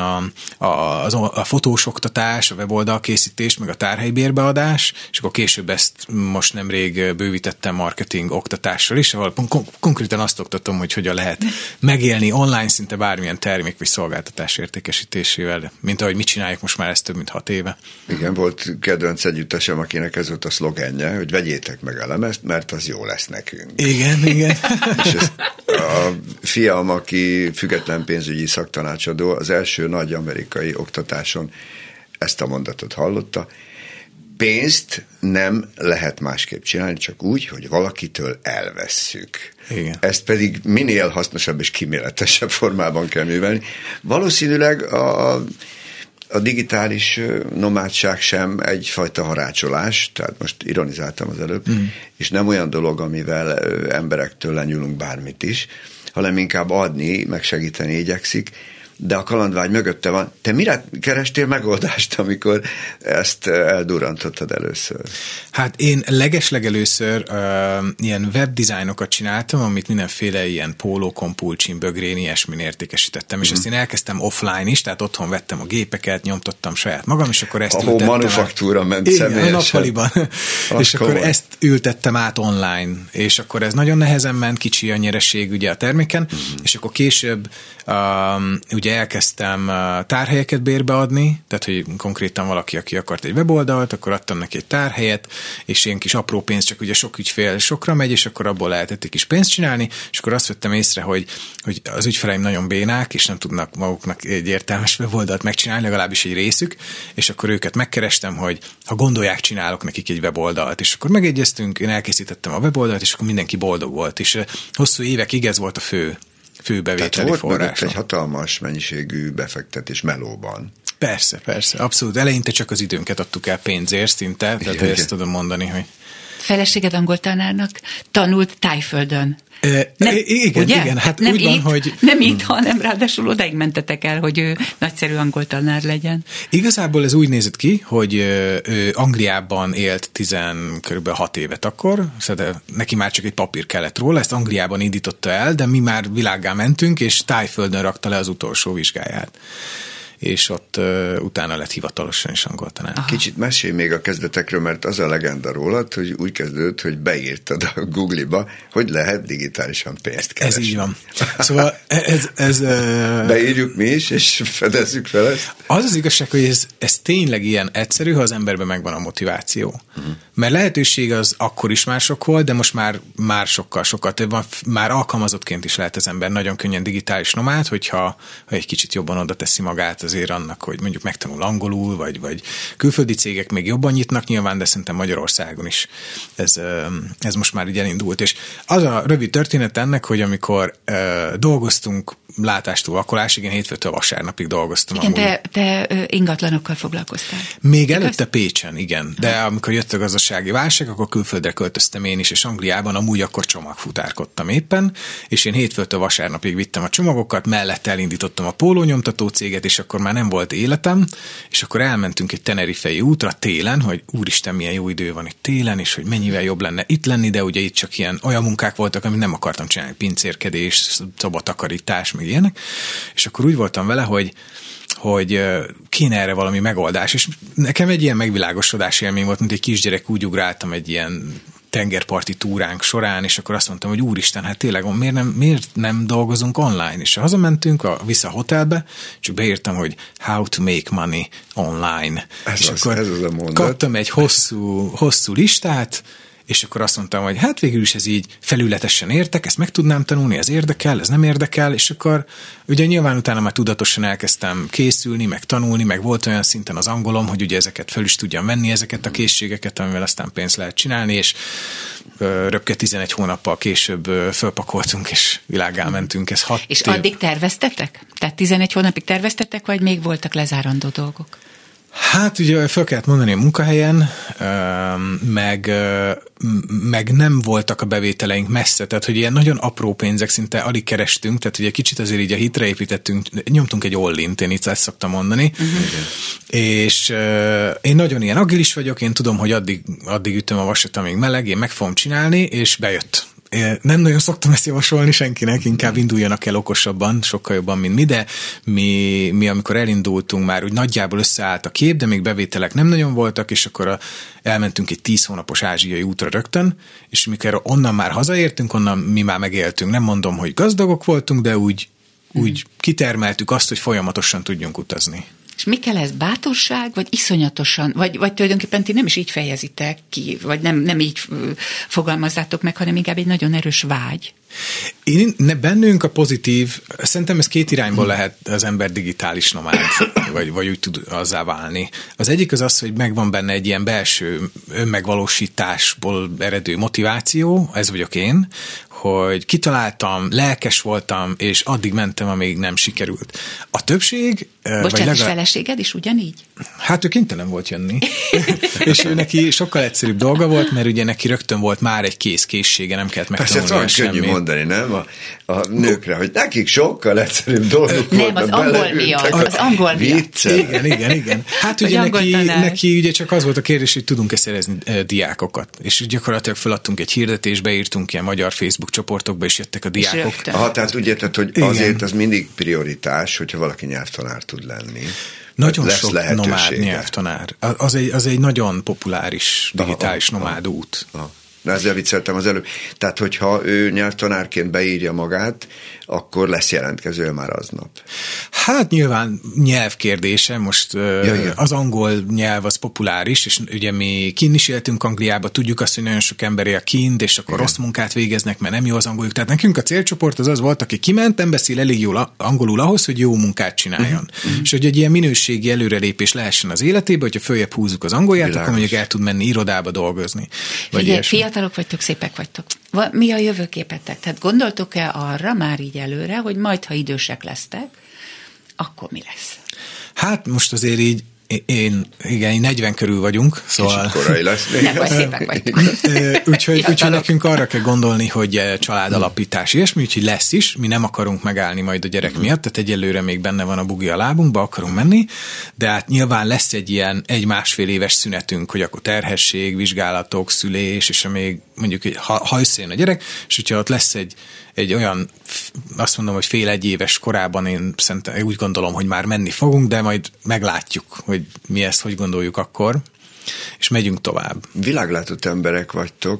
a fotós oktatás, a weboldal készítés, meg a tárhelybérbeadás, és akkor később ezt most nemrég bővítettem marketing oktatással is, ahol konkrétan azt oktatom, hogy hogyan lehet megélni online szinte bármilyen termék vagy szolgáltatás értékesítésével, mint ahogy mit csináljuk most már ezt több mint 6 éve. Igen, volt kedvenc együttesem, akinek ez volt a szlogenje, hogy vegyétek meg a lemezt, mert az jó lesz nekünk. Igen. És a fiam, aki független pénzügyi szaktanácsadó, az első nagy amerikai oktatáson ezt a mondatot hallotta. Pénzt nem lehet másképp csinálni, csak úgy, hogy valakitől elvesszük. Igen. Ezt pedig minél hasznosabb és kíméletesebb formában kell művelni. Valószínűleg a digitális nomádság sem egyfajta harácsolás, tehát most ironizáltam az előbb, és nem olyan dolog, amivel emberektől lenyúlunk bármit is, hanem inkább adni, meg segíteni igyekszik, de a kalandvágy mögötte van. Te mire kerestél megoldást, amikor ezt eldurrantottad először? Hát én legeslegelőször ilyen webdesignokat csináltam, amit mindenféle ilyen pólókon, pulcsin, bögrén, ilyesmin értékesítettem, és ezt én elkezdtem offline is, tehát otthon vettem a gépeket, nyomtottam saját magam, és akkor ezt ültettem manufaktúra ment személyesen. A nappaliban. És akkor ezt ültettem át online, és akkor ez nagyon nehezen ment, kicsi a nyereség ugye a terméken, és akkor később ugye elkezdtem tárhelyeket bérbeadni, tehát hogy konkrétan valaki, aki akart egy weboldalt, akkor adtam neki egy tárhelyet, és ilyen kis apró pénz, csak ugye sok ügyfél sokra megy, és akkor abból lehetett egy kis pénzt csinálni, és akkor azt vettem észre, hogy az ügyfeleim nagyon bénák, és nem tudnak maguknak egy értelmes weboldalt megcsinálni, legalábbis egy részük, és akkor őket megkerestem, hogy ha gondolják, csinálok nekik egy weboldalt, és akkor megegyeztünk, én elkészítettem a weboldalt, és akkor mindenki boldog volt, és hosszú évekig ez volt a fő bevételi forrás. Tehát volt egy hatalmas mennyiségű befektetés melóban. Persze, abszolút. Eleinte csak az időnket adtuk el pénzért szinte, tehát ezt tudom mondani, hogy... Feleséged angol tanárnak tanult Tájföldön. Igen, hát nem úgy van, hogy... Nem itt, hanem ráadásul odaig mentetek el, hogy ő nagyszerű angol tanár legyen. Igazából ez úgy nézett ki, hogy ő Angliában élt kb. 6 évet akkor, szóval neki már csak egy papír kellett róla, ezt Angliában indította el, de mi már világgá mentünk, és Tájföldön rakta le az utolsó vizsgáját. És ott utána lett hivatalosan is angol tanár. Kicsit mesélj még a kezdetekről, mert az a legenda rólad, hogy úgy kezdődött, hogy beírtad a Google-ba, hogy lehet digitálisan pénzt keresni. Ez így van. Szóval ez beírjuk mi is, és fedezzük fel ezt? Az igazság, hogy ez tényleg ilyen egyszerű, ha az emberben megvan a motiváció. Mert lehetőség az akkor is már sok volt, de most már sokkal több van. Már alkalmazottként is lehet az ember nagyon könnyen digitális nomád, hogyha egy kicsit jobban oda teszi magát azért annak, hogy mondjuk megtanul angolul, vagy külföldi cégek még jobban nyitnak nyilván, de szerintem Magyarországon is ez most már így elindult. És az a rövid történet ennek, hogy amikor dolgoztunk látástól vakolásig, én hétfőtől vasárnapig dolgoztam. Igen, te ingatlanokkal foglalkoztál. Még előtte Pécsen, igen. De amikor jött a gazdasági válság, akkor külföldre költöztem én is, és Angliában amúgy akkor csomagfutárkodtam éppen, és én hétfőtől vasárnapig vittem a csomagokat, mellette elindítottam a pólónyomtató céget, és akkor már nem volt életem, és akkor elmentünk egy tenerifei útra télen, hogy úristen, milyen jó idő van itt télen, és hogy mennyivel jobb lenne itt lenni, de ugye itt csak olyan munkák voltak, amit nem akartam csinálni, pincérkedés, szobatakarítás, meg ilyenek, és akkor úgy voltam vele, hogy kéne erre valami megoldás, és nekem egy ilyen megvilágosodás élmény volt, mint egy kisgyerek, úgy ugráltam egy ilyen tengerparti túránk során, és akkor azt mondtam, hogy úristen, hát tényleg miért nem dolgozunk online? És hazamentünk vissza a hotelbe, csak beírtam, hogy how to make money online. És akkor kaptam egy hosszú listát, és akkor azt mondtam, hogy hát végül is ez így felületesen értek, ezt meg tudnám tanulni, ez érdekel, ez nem érdekel, és akkor ugye nyilván utána már tudatosan elkezdtem készülni, meg tanulni, meg volt olyan szinten az angolom, hogy ugye ezeket fel is tudjam venni, ezeket a készségeket, amivel aztán pénzt lehet csinálni, és röpke 11 hónappal később fölpakoltunk, és világgá mentünk. Ez 6 És addig terveztetek? Tehát 11 hónapig terveztetek, vagy még voltak lezárandó dolgok? Hát ugye fel kellett mondani a munkahelyen, meg nem voltak a bevételeink messze, tehát hogy ilyen nagyon apró pénzek szinte alig kerestünk, tehát ugye kicsit azért így a hitre építettünk, nyomtunk egy all-int, én itt ezt szoktam mondani, és én nagyon ilyen agilis vagyok, én tudom, hogy addig ütöm a vasat, amíg meleg, én meg fogom csinálni, és bejött. Nem nagyon szoktam ezt javasolni senkinek, inkább induljanak el okosabban, sokkal jobban, mint mi, de mi amikor elindultunk, már úgy nagyjából összeállt a kép, de még bevételek nem nagyon voltak, és akkor elmentünk egy 10 hónapos ázsiai útra rögtön, és mikor onnan már hazaértünk, onnan mi már megéltünk. Nem mondom, hogy gazdagok voltunk, de úgy kitermeltük azt, hogy folyamatosan tudjunk utazni. És mi kell ez? Bátorság, vagy iszonyatosan? Vagy tulajdonképpen ti nem is így fejezitek ki, vagy nem így fogalmazzátok meg, hanem inkább egy nagyon erős vágy? Bennünk a pozitív, szerintem ez 2 irányból lehet az ember digitális nomád, vagy úgy tud azzá válni. Az egyik az, hogy megvan benne egy ilyen belső önmegvalósításból eredő motiváció, ez vagyok én, hogy kitaláltam, lelkes voltam, és addig mentem, amíg nem sikerült. A többség... Bocsánat, és feleséged is ugyanígy? Hát ő kénytelen volt jönni. És ő neki sokkal egyszerűbb dolga volt, mert ugye neki rögtön volt már egy készsége, nem kellett megtanulni. Persze, könnyű mondani, nem? A nőkre, hogy nekik sokkal egyszerűbb dolguk volt. Nem, az angol miatt. Az angol miatt. Igen. Hát ugye neki ugye csak az volt a kérdés, hogy tudunk-e szerezni diákokat. És gyakorlatilag feladtunk egy hirdetést, beírtunk ilyen magyar Facebook csoportokba, és jöttek a diákok. Tehát úgy érted, hogy azért az mindig prioritás, hogyha valaki nyelvtanár tud lenni. Nagyon sok nomád nyelvtanár. Az egy nagyon populáris digitális nomád út. De ezzel vicceltem az előbb. Tehát, hogyha ő nyelvtanárként beírja magát, akkor lesz jelentkező már aznap. Hát nyilván nyelvkérdése, most az angol nyelv az populáris, és ugye mi kint is éltünk Angliába, tudjuk azt, hogy nagyon sok ember él kint, és akkor rossz munkát végeznek, mert nem jó az angoljuk. Tehát nekünk a célcsoport az volt, aki kiment, nem beszél elég jól angolul ahhoz, hogy jó munkát csináljon. És hogy egy ilyen minőségi előrelépés lehessen az életébe, hogyha följebb húzzuk az angolját, akkor mondjuk el tud menni irodába dolgozni. Figyelj, fiatalok vagytok, szépek vagytok. Mi a jövőképetek? Tehát gondoltok-e arra már így előre, hogy majd, ha idősek lesztek, akkor mi lesz? Hát most azért így én 40 körül vagyunk, szóval... Kicsit korai lesz. Nem, vagy szépek vagytok. Úgyhogy nekünk arra kell gondolni, hogy családalapítás ilyesmi, úgyhogy lesz is, mi nem akarunk megállni majd a gyerek miatt, tehát egyelőre még benne van a bugi a lábunkba, akarunk menni, de hát nyilván lesz egy ilyen 1-1,5 éves szünetünk, hogy akkor terhesség, vizsgálatok, szülés, és még mondjuk, ha összejön a gyerek, és hogyha ott lesz egy olyan, azt mondom, hogy fél 1 éves korában én szerintem úgy gondolom, hogy már menni fogunk, de majd meglátjuk, hogy mi ezt, hogy gondoljuk akkor, és megyünk tovább. Világlátott emberek vagytok.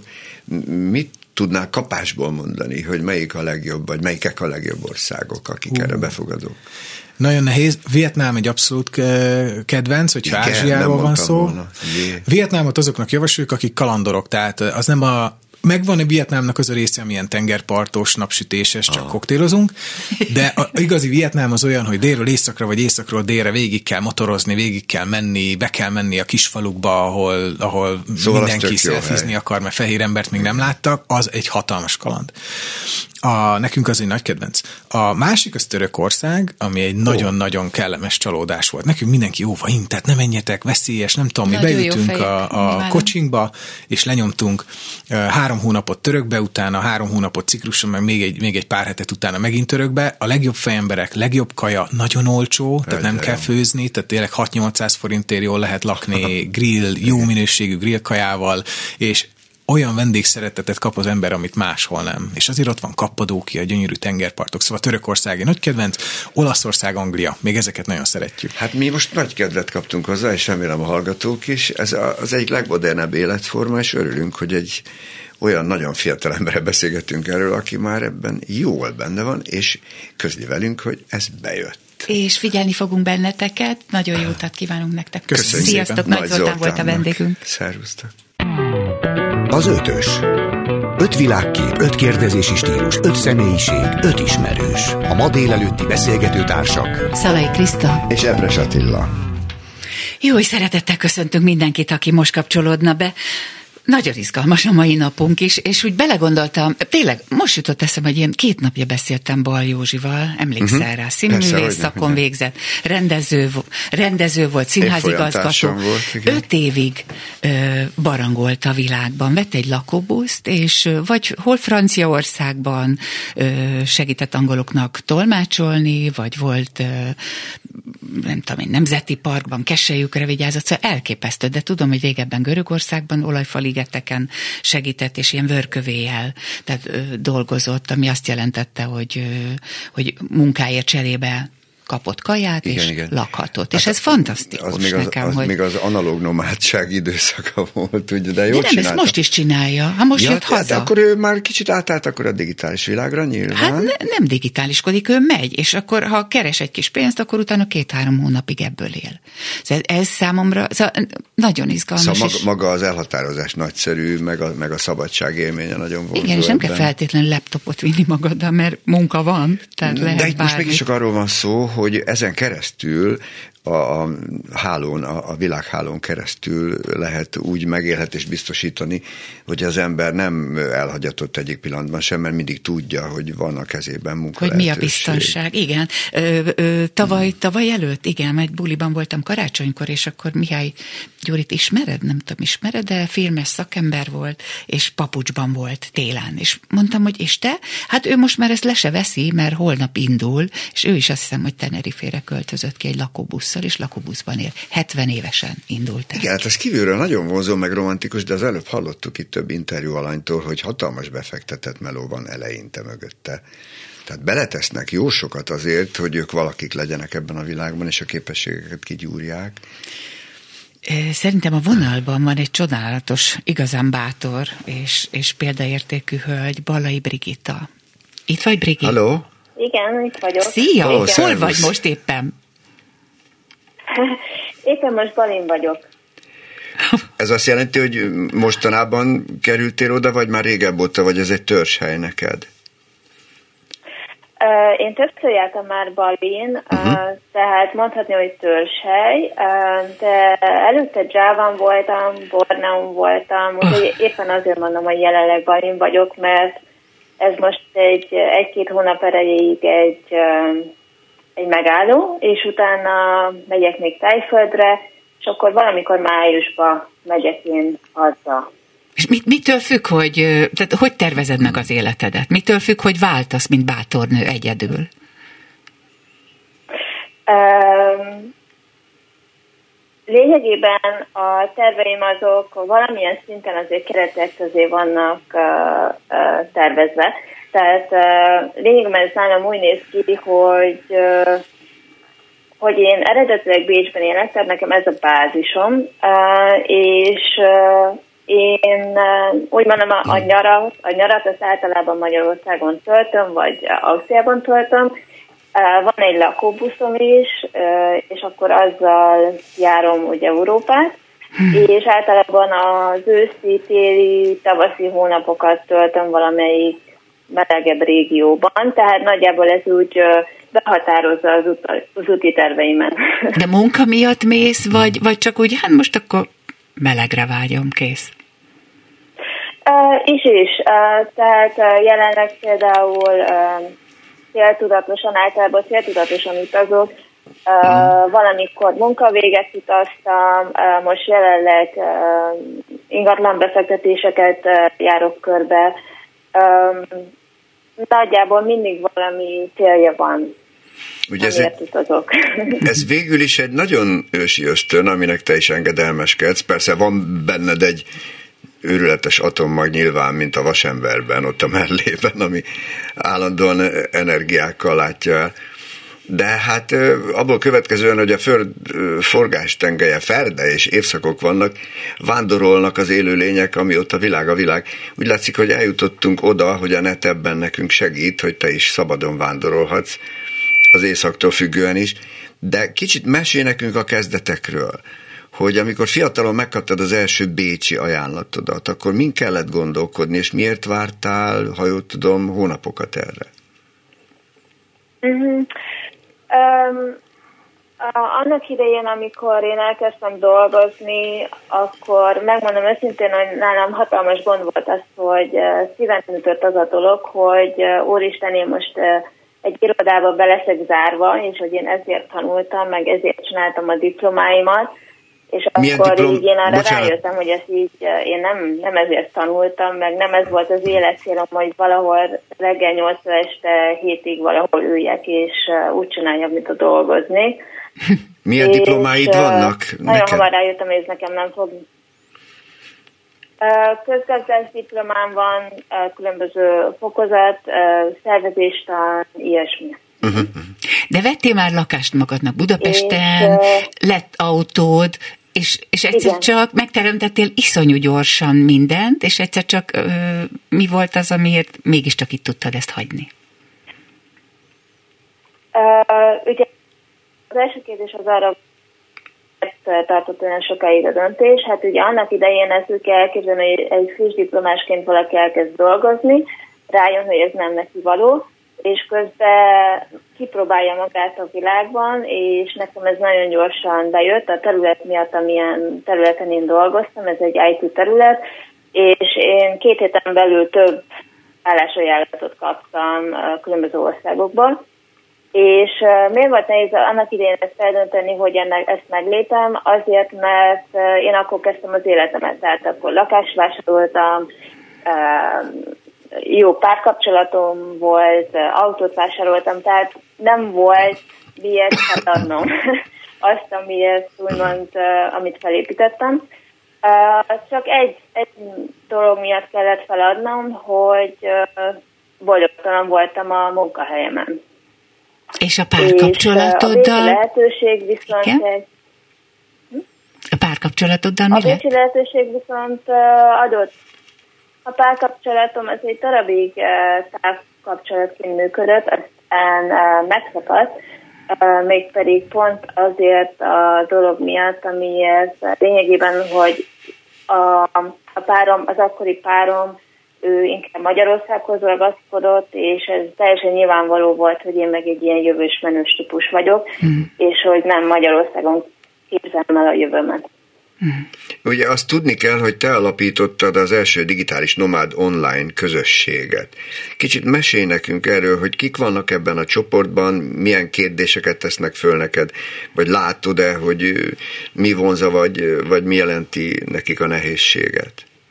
Mit tudnál kapásból mondani, hogy melyik a legjobb, vagy melyikek a legjobb országok, akik erre befogadók? Nagyon nehéz. Vietnám egy abszolút kedvenc, hogyha Ázsiáról van szó. Vietnámot azoknak javasoljuk, akik kalandorok, tehát az nem megvan a Vietnámnak az a része, amilyen tengerpartos, napsütéses, csak koktélozunk, de igazi Vietnám az olyan, hogy délről északra, vagy északról délre végig kell motorozni, végig kell menni, be kell menni a kisfalukba, ahol szóval mindenki szelfizni akar, mert fehér embert még nem láttak, az egy hatalmas kaland. Nekünk az egy nagy kedvenc. A másik az Törökország, ami egy nagyon-nagyon kellemes csalódás volt. Nekünk mindenki jóva tehát ne menjetek, veszélyes, nem tudom, mi beütünk a kocsinkba, és lenyomtunk 3 hónapot törökbe, utána 3 hónapot Cikruson, meg még egy pár hetet utána megint törökbe. A legjobb fejemberek, legjobb kaja, nagyon olcsó, tehát nem kell főzni, tehát tényleg 6-800 forintért jól lehet lakni, grill, jó minőségű grill kajával, és olyan vendégszeretetet kap az ember, amit máshol nem. És azért ott van Kappadókia, gyönyörű tengerpartok, szóval Törökország egy nagy kedvenc, Olaszország, Anglia, még ezeket nagyon szeretjük. Hát mi most nagy kedvet kaptunk hozzá, és remélem a hallgatók is. Ez az egyik legmodernebb életforma, és örülünk, hogy egy olyan nagyon fiatal emberre beszélgetünk erről, aki már ebben jól benne van, és közli velünk, hogy ez bejött. És figyelni fogunk benneteket, nagyon jó utat kívánunk nektek. Köszönjük Sziasztok, szépen. Nagy Zoltán volt a vendégünk. Szervusztok. Az 5-ös. 5 világkép, 5 kérdezési stílus, 5 személyiség, 5 ismerős. A ma délelőtti beszélgető társak Szalai Kriszta és Epres Attila. Jó, és szeretettel köszöntünk mindenkit, aki most kapcsolódna be. Nagyon izgalmas a mai napunk is, és úgy belegondoltam, tényleg most jutott eszembe, hogy én 2 napja beszéltem Bal Józsival, emlékszel rá, színművész szakon végzett, rendező volt, színházigazgató, 5 évig barangolt a világban, vett egy lakóbuszt, és vagy hol Franciaországban segített angoloknak tolmácsolni, vagy volt nem tudom én, Nemzeti Parkban Keselyükre vigyázott, szóval elképesztő, de tudom, hogy régebben Görögországban olajfaligeteken segített, és ilyen vörkövéjel tehát dolgozott, ami azt jelentette, hogy munkáért cserébe kapott kaját, igen, és igen. lakhatott. Hát és ez fantasztikus az nekem, hogy... még az analóg nomádság időszaka volt, ugye, de jól csinálta. Ezt most is csinálja. Ha most jött haza. De akkor ő már kicsit átállt akkor a digitális világra nyilván. Hát nem digitáliskodik, ő megy, és akkor ha keres egy kis pénzt, akkor utána 2-3 hónapig ebből él. Ez számomra nagyon izgalmas. Szóval maga az elhatározás nagyszerű, meg a szabadság élménye nagyon vonzó. Igen, és nem kell feltétlenül laptopot vinni magaddal, mert munka van, tehát lehet de itt bármit. most mégis csak arról van szó, hogy ezen keresztül a hálón, a világhálón keresztül lehet úgy megélhetést biztosítani, hogy az ember nem elhagyatott egyik pillanatban sem, mert mindig tudja, hogy van a kezében munkalehetőség. Hogy mi a biztonság, igen. Tavaly előtt, igen, egy buliban voltam karácsonykor, és akkor Mihály Gyurit ismered? Nem tudom, ismered, de filmes szakember volt, és papucsban volt télen. És mondtam, hogy és te? Hát ő most már ezt le se veszi, mert holnap indul, és ő is azt hiszem, hogy Tenerifére költözött ki egy lakóbusszal, és lakóbuszban él. 70 évesen indult el. Igen, hát ez kívülről nagyon vonzó, meg romantikus, de az előbb hallottuk itt több interjú alanytól, hogy hatalmas befektetett meló van eleinte mögötte. Tehát beletesznek jó sokat azért, hogy ők valakik legyenek ebben a világban, és a képességeket kigyúrják. Szerintem a vonalban van egy csodálatos, igazán bátor és példaértékű hölgy, Ballai Brigitta. Itt vagy, Brigitta? Halló? Igen, itt vagyok. Szia! Hol vagy most éppen? Éppen most Balin vagyok. Ez azt jelenti, hogy mostanában kerültél oda, vagy már régebb óta, vagy ez egy törzshely neked? Én többször jártam már Balin, tehát mondhatni, hogy törzshely, de előtte Jáván voltam, Borneón voltam, úgyhogy éppen azért mondom, hogy jelenleg Balin vagyok, mert ez most egy-két hónap erejéig egy megálló, és utána megyek még Tájföldre, és akkor valamikor májusban megyek én haza. És mitől függ, tehát hogy tervezed meg az életedet? Mitől függ, hogy váltasz, mint bátornő egyedül? Lényegében a terveim azok valamilyen szinten azért keretek közé vannak tervezve. Tehát lényegében ez nálam úgy néz ki, hogy én eredetileg Bécsben élek, tehát nekem ez a bázisom, és én úgy mondom, a nyarat azt általában Magyarországon töltöm, vagy Ausztriában töltöm. Van egy lakóbuszom is, és akkor azzal járom ugye Európát, és általában az őszi, téli, tavaszi hónapokat töltöm valamelyik melegebb régióban, tehát nagyjából ez úgy behatározza az úti terveimen. De munka miatt mész, vagy csak úgy, hát most akkor melegre vágyom, kész? Is. Tehát jelenleg például általában céltudatosan utazok. Valamikor munkavéget utaztam, most jelenleg ingatlan befektetéseket járok körbe. Nagyjából mindig valami célja van. Ugye ez végül is egy nagyon ősi ösztön, aminek te is engedelmeskedsz. Persze van benned egy őrületes atommag nyilván, mint a vasemberben, ott a mellében, ami állandóan energiákkal látja el. De hát abból következően, hogy a föld forgástengelye ferde és évszakok vannak, vándorolnak az élőlények, ami ott a világ. Úgy látszik, hogy eljutottunk oda, hogy a net ebben nekünk segít, hogy te is szabadon vándorolhatsz, az éjszaktól függően is. De kicsit mesélj nekünk a kezdetekről, hogy amikor fiatalon megkaptad az első bécsi ajánlatodat, akkor min kellett gondolkodni, és miért vártál, ha jól tudom, hónapokat erre? Annak idején, amikor én elkezdtem dolgozni, akkor megmondom őszintén, hogy nálam hatalmas gond volt az, hogy szíven ütött az a dolog, hogy úristen, én most egy irodába be leszek zárva, és hogy én ezért tanultam, meg ezért csináltam a diplomáimat, és akkor így én arra rájöttem, hogy ezt így én nem ezért tanultam, meg nem ez volt az életcélom, hogy valahol reggel 8-tól este 7-ig valahol üljek, és úgy csináljak, mint a dolgozni. Milyen diplomáid vannak nagyon neked? Hamar rájöttem, hogy ez nekem nem fog. Közgazdász diplomám van, különböző fokozat, szervezéstan, ilyesmi. De vettél már lakást magadnak Budapesten, lett autód, és egyszer csak megteremtettél iszonyú gyorsan mindent, és egyszer csak mi volt az, amiért mégiscsak itt tudtad ezt hagyni? Ugye az első kérdés az arra tartott olyan sokáig a döntés. Hát ugye annak idején ezt úgy kell elképzelni, hogy egy friss diplomásként valaki elkezd dolgozni, rájön, hogy ez nem neki való, és közben kipróbálja magát a világban, és nekem ez nagyon gyorsan bejött a terület miatt, amilyen területen én dolgoztam, ez egy IT terület, és én 2 héten belül több állásajánlatot kaptam különböző országokból. És miért volt nehéz annak idején ezt eldönteni, hogy ezt meglépem? Azért, mert én akkor kezdtem az életemet, tehát akkor lakást vásároltam, jó párkapcsolatom volt, autót vásároltam, tehát nem volt miért feladnom azt, amiért úgymond, amit felépítettem. Csak egy dolog miatt kellett feladnom, hogy boldogtalan voltam a munkahelyemen. És a párkapcsolatoddal? És a lehetőség viszont A párkapcsolatoddal mi lett? A lehetőség viszont adott. A párkapcsolatom az egy darabig távkapcsolatként működött, aztán megszakadt, mégpedig pont azért a dolog miatt, amiért lényegében, hogy a párom, az akkori párom, ő inkább Magyarországhoz ragaszkodott, és ez teljesen nyilvánvaló volt, hogy én meg egy ilyen jövős menős típus vagyok, és hogy nem Magyarországon képzelem el a jövőmet. Ugye azt tudni kell, hogy te alapítottad az első digitális nomád online közösséget. Kicsit mesélj nekünk erről, hogy kik vannak ebben a csoportban, milyen kérdéseket tesznek föl neked, vagy látod-e, hogy mi vonza, vagy mi jelenti nekik a nehézséget?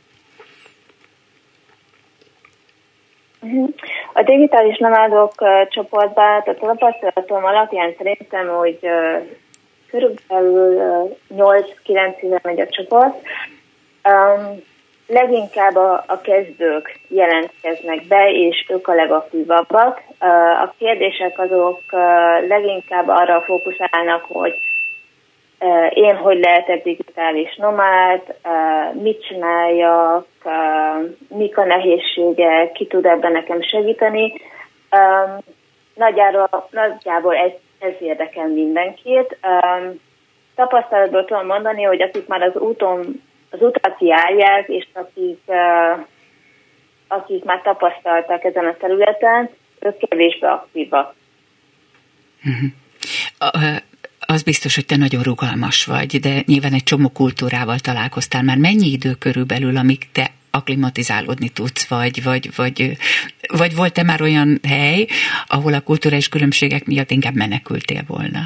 A digitális nomádok csoportban, a tapasztalatom alapján szerintem, hogy körülbelül 8-9 megy a csoport. Leginkább a kezdők jelentkeznek be, és ők a legaktívabbak. A kérdések azok leginkább arra fókuszálnak, hogy én hogy lehetek digitális nomád, mit csináljak, mik a nehézségek, ki tud ebben nekem segíteni. Nagyjából ez érdekel mindenkit. Tapasztalatból tudom mondani, hogy akik már az utat járják, és akik már tapasztaltak ezen a területen, ők kevésbé aktívak. Az biztos, hogy te nagyon rugalmas vagy, de nyilván egy csomó kultúrával találkoztál. Már mennyi idő körülbelül, amíg te akklimatizálódni tudsz, vagy volt-e már olyan hely, ahol a kulturális különbségek miatt inkább menekültél volna?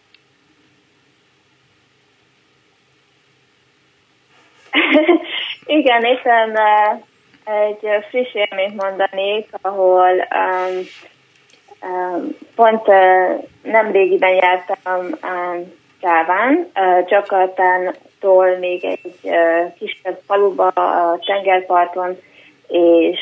Igen, hiszen egy friss élményt mondanék, ahol pont nemrégiben jártam Jáván, Jakartától még egy kisebb faluba a tengerparton, és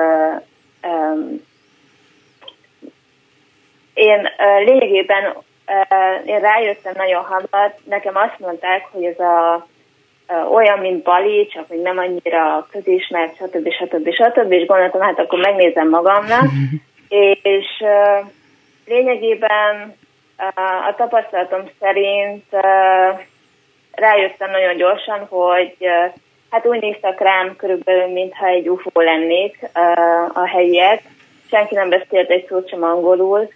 én lényegében én rájöttem nagyon hamar, nekem azt mondták, hogy ez olyan, mint Bali, csak még nem annyira közismert, stb. És gondoltam, hát akkor megnézem magamnak, és lényegében a tapasztalatom szerint rájöttem nagyon gyorsan, hogy hát úgy néztek rám körülbelül, mintha egy UFO lennék a helyiek. Senki nem beszélt egy szót sem angolul.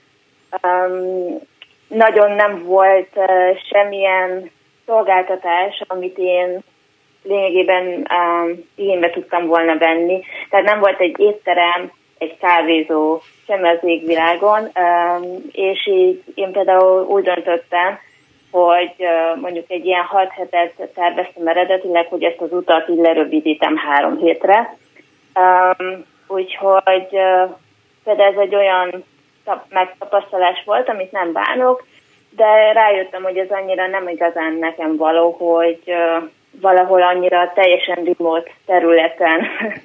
Nagyon nem volt semmilyen szolgáltatás, amit én lényegében igénybe tudtam volna venni. Tehát nem volt egy étterem, egy kávézó, semmi az égvilágon, és így én például úgy döntöttem, hogy mondjuk egy ilyen 6 hetet terveztem eredetileg, hogy ezt az utat így lerövidítem 3 hétre. Úgyhogy például ez egy olyan megtapasztalás volt, amit nem bánok, de rájöttem, hogy ez annyira nem igazán nekem való, hogy valahol annyira teljesen remote területen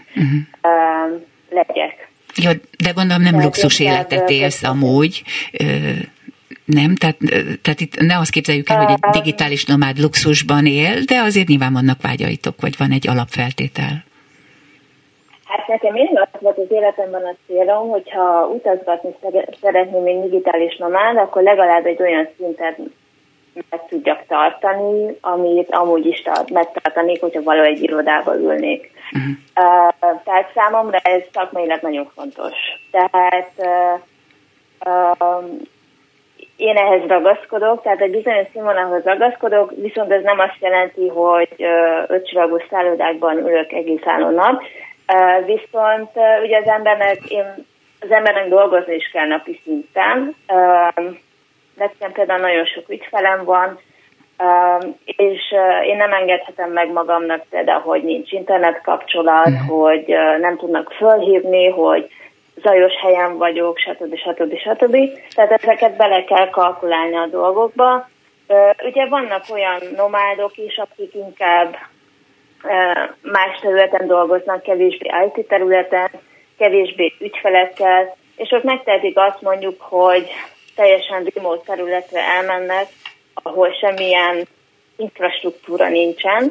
legyek. Jó, de gondolom nem luxus életet élsz amúgy, nem? Tehát itt ne azt képzeljük el, hogy egy digitális nomád luxusban él, de azért nyilván vannak vágyaitok, vagy van egy alapfeltétel. Hát nekem mindig az volt az életemben a célom, hogyha utazgatni szeretném, mint digitális nomád, akkor legalább egy olyan szintet meg tudjak tartani, amit amúgy is megtartanék, hogyha valahogy irodában ülnék. Tehát számomra ez szakmailag nagyon fontos. Tehát én ehhez ragaszkodok, tehát egy bizonyos színvonalhoz ragaszkodok, viszont ez nem azt jelenti, hogy 5 csillagos szállodákban ülök egész álló nap. Viszont ugye az embernek dolgozni is kell napi szinten. Nekem például nagyon sok ügyfelem van, és én nem engedhetem meg magamnak például, hogy nincs internet kapcsolat, hogy nem tudnak fölhívni, hogy zajos helyen vagyok, stb. Tehát ezeket bele kell kalkulálni a dolgokba. Ugye vannak olyan nomádok is, akik inkább más területen dolgoznak, kevésbé IT területen, kevésbé ügyfelekkel, és ott megtehetik azt mondjuk, hogy teljesen remote területre elmennek, ahol semmilyen infrastruktúra nincsen,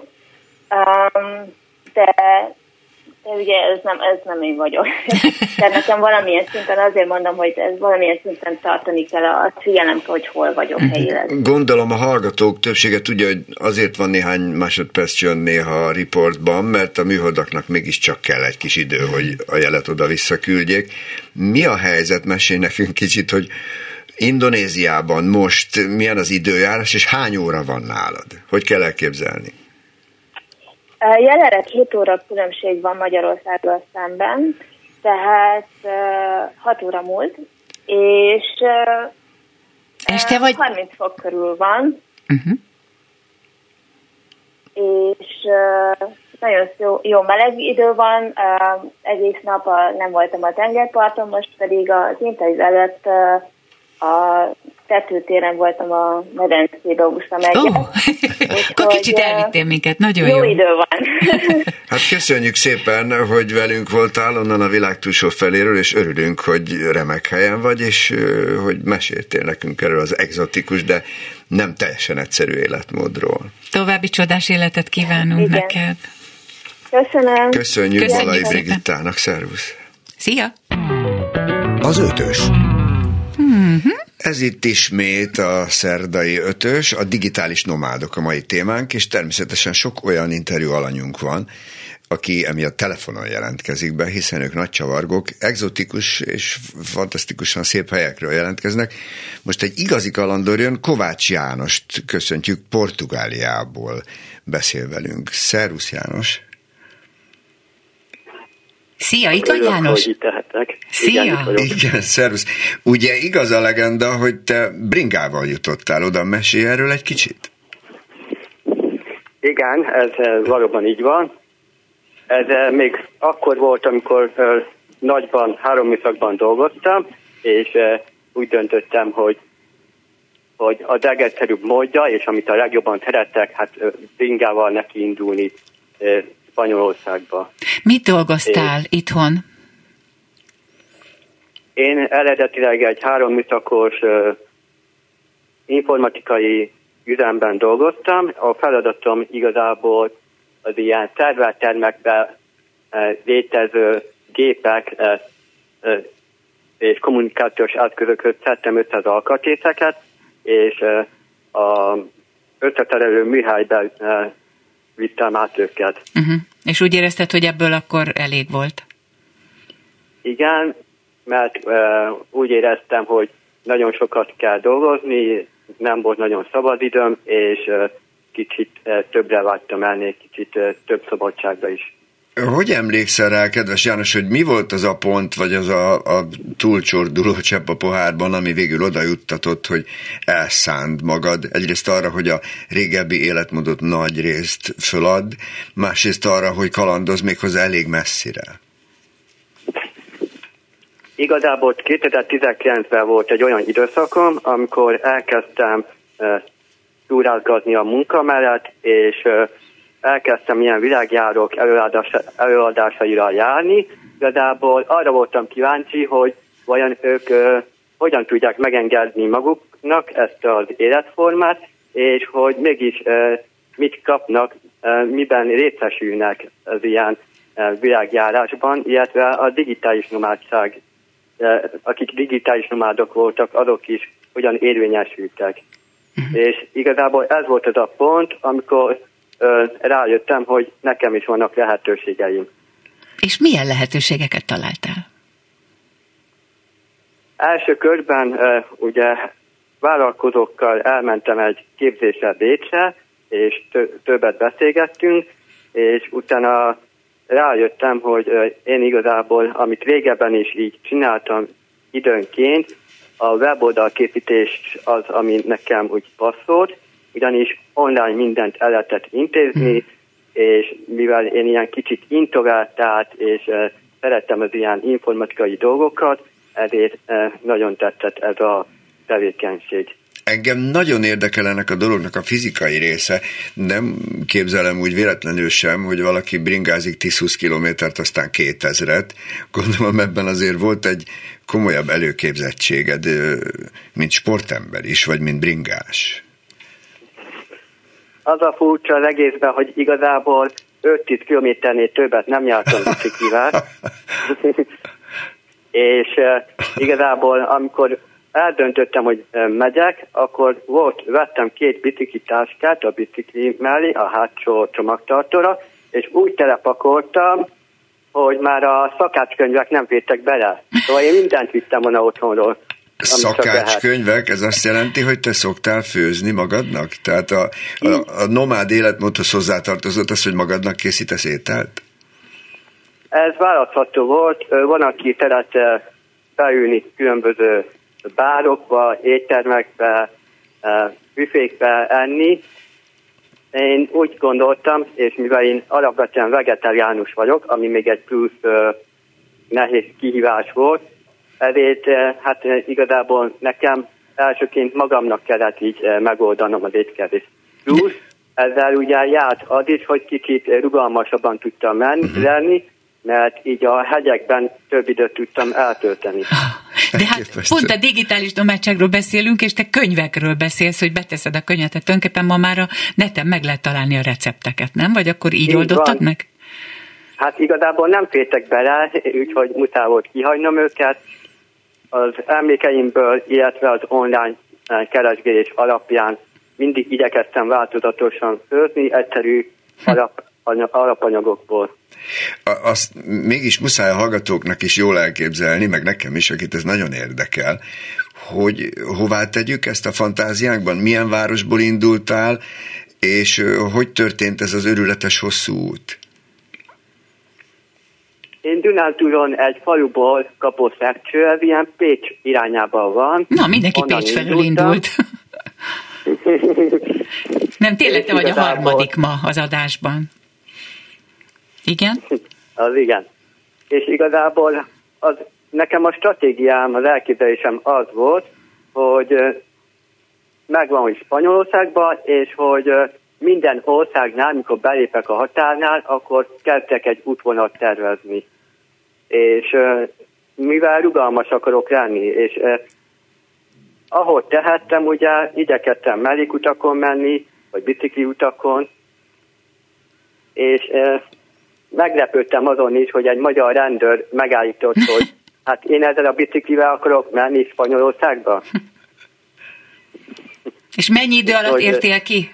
de ugye ez nem én vagyok. Tehát nekem valamilyen szinten azért mondom, hogy ez valamilyen szinten tartani kell a figyelem, hogy hol vagyok helyileg. Gondolom a hallgatók többsége tudja, hogy azért van néhány másodperc csönd néha a riportban, mert a műholdaknak mégiscsak kell egy kis idő, hogy a jelet oda-vissza küldjék. Mi a helyzet? Mesélj nekünk kicsit, hogy Indonéziában most milyen az időjárás, és hány óra van nálad? Hogy kell elképzelni? Jelenleg 7 óra különbség van Magyarországgal szemben, tehát 6 óra múlt, és te vagy... 30 fok körül van, és nagyon jó meleg idő van, egész nap nem voltam a tengerparton, most pedig az interjú előtt a tetőtéren voltam a medencébe, úsztam egyet. Akkor kicsit elvittél minket, nagyon jó. Jó idő van. Hát köszönjük szépen, hogy velünk voltál onnan a világ túlsó feléről, és örülünk, hogy remek helyen vagy, és hogy meséltél nekünk erről az egzotikus, de nem teljesen egyszerű életmódról. További csodás életet kívánunk neked. Köszönöm. Köszönjük Balai Brigittának, szervusz. Szia! Az Ötös. Ez itt ismét a szerdai Ötös, a digitális nomádok a mai témánk, és természetesen sok olyan interjú alanyunk van, aki emiatt telefonon jelentkezik be, hiszen ők nagy csavargók, egzotikus és fantasztikusan szép helyekről jelentkeznek. Most egy igazi kalandor jön, Kovács Jánost köszöntjük, Portugáliából beszél velünk. Szervusz János! Szia, itt vagy János? Hogy itt tehetek. Szia! Igen, szervusz. Ugye igaz a legenda, hogy te bringával jutottál oda, mesélj erről egy kicsit? Igen, ez valóban így van. Ez még akkor volt, amikor nagyban, 3 műszakban dolgoztam, és úgy döntöttem, hogy a legegyszerűbb módja, és amit a legjobban szerettek, hát bringával neki indulni Spanyolországba. Mit dolgoztál itthon? Én eredetileg egy 3 műszakos informatikai üzemben dolgoztam. A feladatom igazából az ilyen szervertermekben létező gépek és kommunikációs eszközökhöz szedtem össze az alkatrészeket, és a összeterelő műhelyben vittem át őket. És úgy érezted, hogy ebből akkor elég volt? Igen, mert úgy éreztem, hogy nagyon sokat kell dolgozni, nem volt nagyon szabad időm, és kicsit többre vágytam elni, kicsit több szabadságra is. Hogy emlékszel rá, kedves János, hogy mi volt az a pont, vagy az a túlcsorduló csepp a pohárban, ami végül oda juttatott, hogy elszánd magad? Egyrészt arra, hogy a régebbi életmódot nagy részt fölad, másrészt arra, hogy kalandoz méghozzá elég messzire. Igazából 2019-ben volt egy olyan időszakom, amikor elkezdtem túrázgatni a munka mellett, és elkezdtem ilyen világjárók előadásaira járni. Igazából arra voltam kíváncsi, hogy vajon ők hogyan tudják megengedni maguknak ezt az életformát, és hogy mégis mit kapnak, miben részesülnek az ilyen világjárásban, illetve a digitális nomádság, akik digitális nomádok voltak, azok is hogyan érvényesültek. És igazából ez volt az a pont, amikor rájöttem, hogy nekem is vannak lehetőségeim. És milyen lehetőségeket találtál? első körben ugye vállalkozókkal elmentem egy képzésre Bécsre, és többet beszélgettünk, és utána rájöttem, hogy én igazából, amit régebben is így csináltam időnként, a weboldal készítés az, ami nekem úgy passzolt, ugyanis online mindent el lehetett intézni, és mivel én ilyen kicsit introvertált, és szerettem az ilyen informatikai dolgokat, ezért nagyon tetszett ez a tevékenység. Engem nagyon érdekel ennek a dolognak a fizikai része. Nem képzelem úgy véletlenül sem, hogy valaki bringázik 10-20 kilométert, aztán 2000-et. Gondolom ebben azért volt egy komolyabb előképzettséged, mint sportember is, vagy mint bringás. Az a furcsa az egészben, hogy igazából 5-10 kilométernél többet nem jártam biciklivel. És igazából amikor eldöntöttem, hogy megyek, akkor vettem 2 biciklitáskát a bicikli mellé, a hátsó csomagtartóra, és úgy telepakoltam, hogy már a szakácskönyvek nem fértek bele. Szóval én mindent vittem volna otthonról. Szakácskönyvek, ez azt jelenti, hogy te szoktál főzni magadnak? Tehát a nomád életmódhoz hozzátartozott az, hogy magadnak készítesz ételt? Ez választható volt. Van, aki szerette beülni különböző bárokba, éttermekbe, büfékbe enni. Én úgy gondoltam, és mivel én alapvetően vegetáriánus vagyok, ami még egy plusz nehéz kihívás volt, ezért hát igazából nekem elsőként magamnak kellett így megoldanom az étkezést. Plusz ezzel ugye járt az is, hogy kicsit rugalmasabban tudtam lenni, mert így a hegyekben több időt tudtam eltölteni. De hát pont a digitális nomádságról beszélünk, és te könyvekről beszélsz, hogy beteszed a könyvet. Tulajdonképpen ma már a neten meg lehet találni a recepteket, nem? Vagy akkor így oldottad meg? Hát igazából nem fértek bele, úgyhogy muszáj volt kihagynom őket. Az emlékeimből, illetve az online keresgélés alapján mindig igyekeztem változatosan főzni egyszerű alapanyagokból. Azt mégis muszáj a hallgatóknak is jól elképzelni, meg nekem is, akit ez nagyon érdekel, hogy hová tegyük ezt a fantáziánkban, milyen városból indultál, és hogy történt ez az őrületes hosszú út? Én Dunántúlon egy faluból kapott lépcső, ez ilyen Pécs irányában van. Na, mindenki Pécs felől indult. Nem, tényleg te vagy a harmadik ma az adásban. Igen? Az igen. És igazából nekem a stratégiám, az elképzelésem az volt, hogy megvan, hogy Spanyolországban, és hogy minden országnál, mikor belépek a határnál, akkor kezdtek egy útvonalat tervezni. És mivel rugalmas akarok lenni, és ahol tehettem, ugye igyekeztem mellékutakon menni, vagy bicikliutakon, és meglepődtem azon is, hogy egy magyar rendőr megállított, hogy hát én ezzel a biciklivel akarok menni Spanyolországba. És mennyi idő alatt értél ki?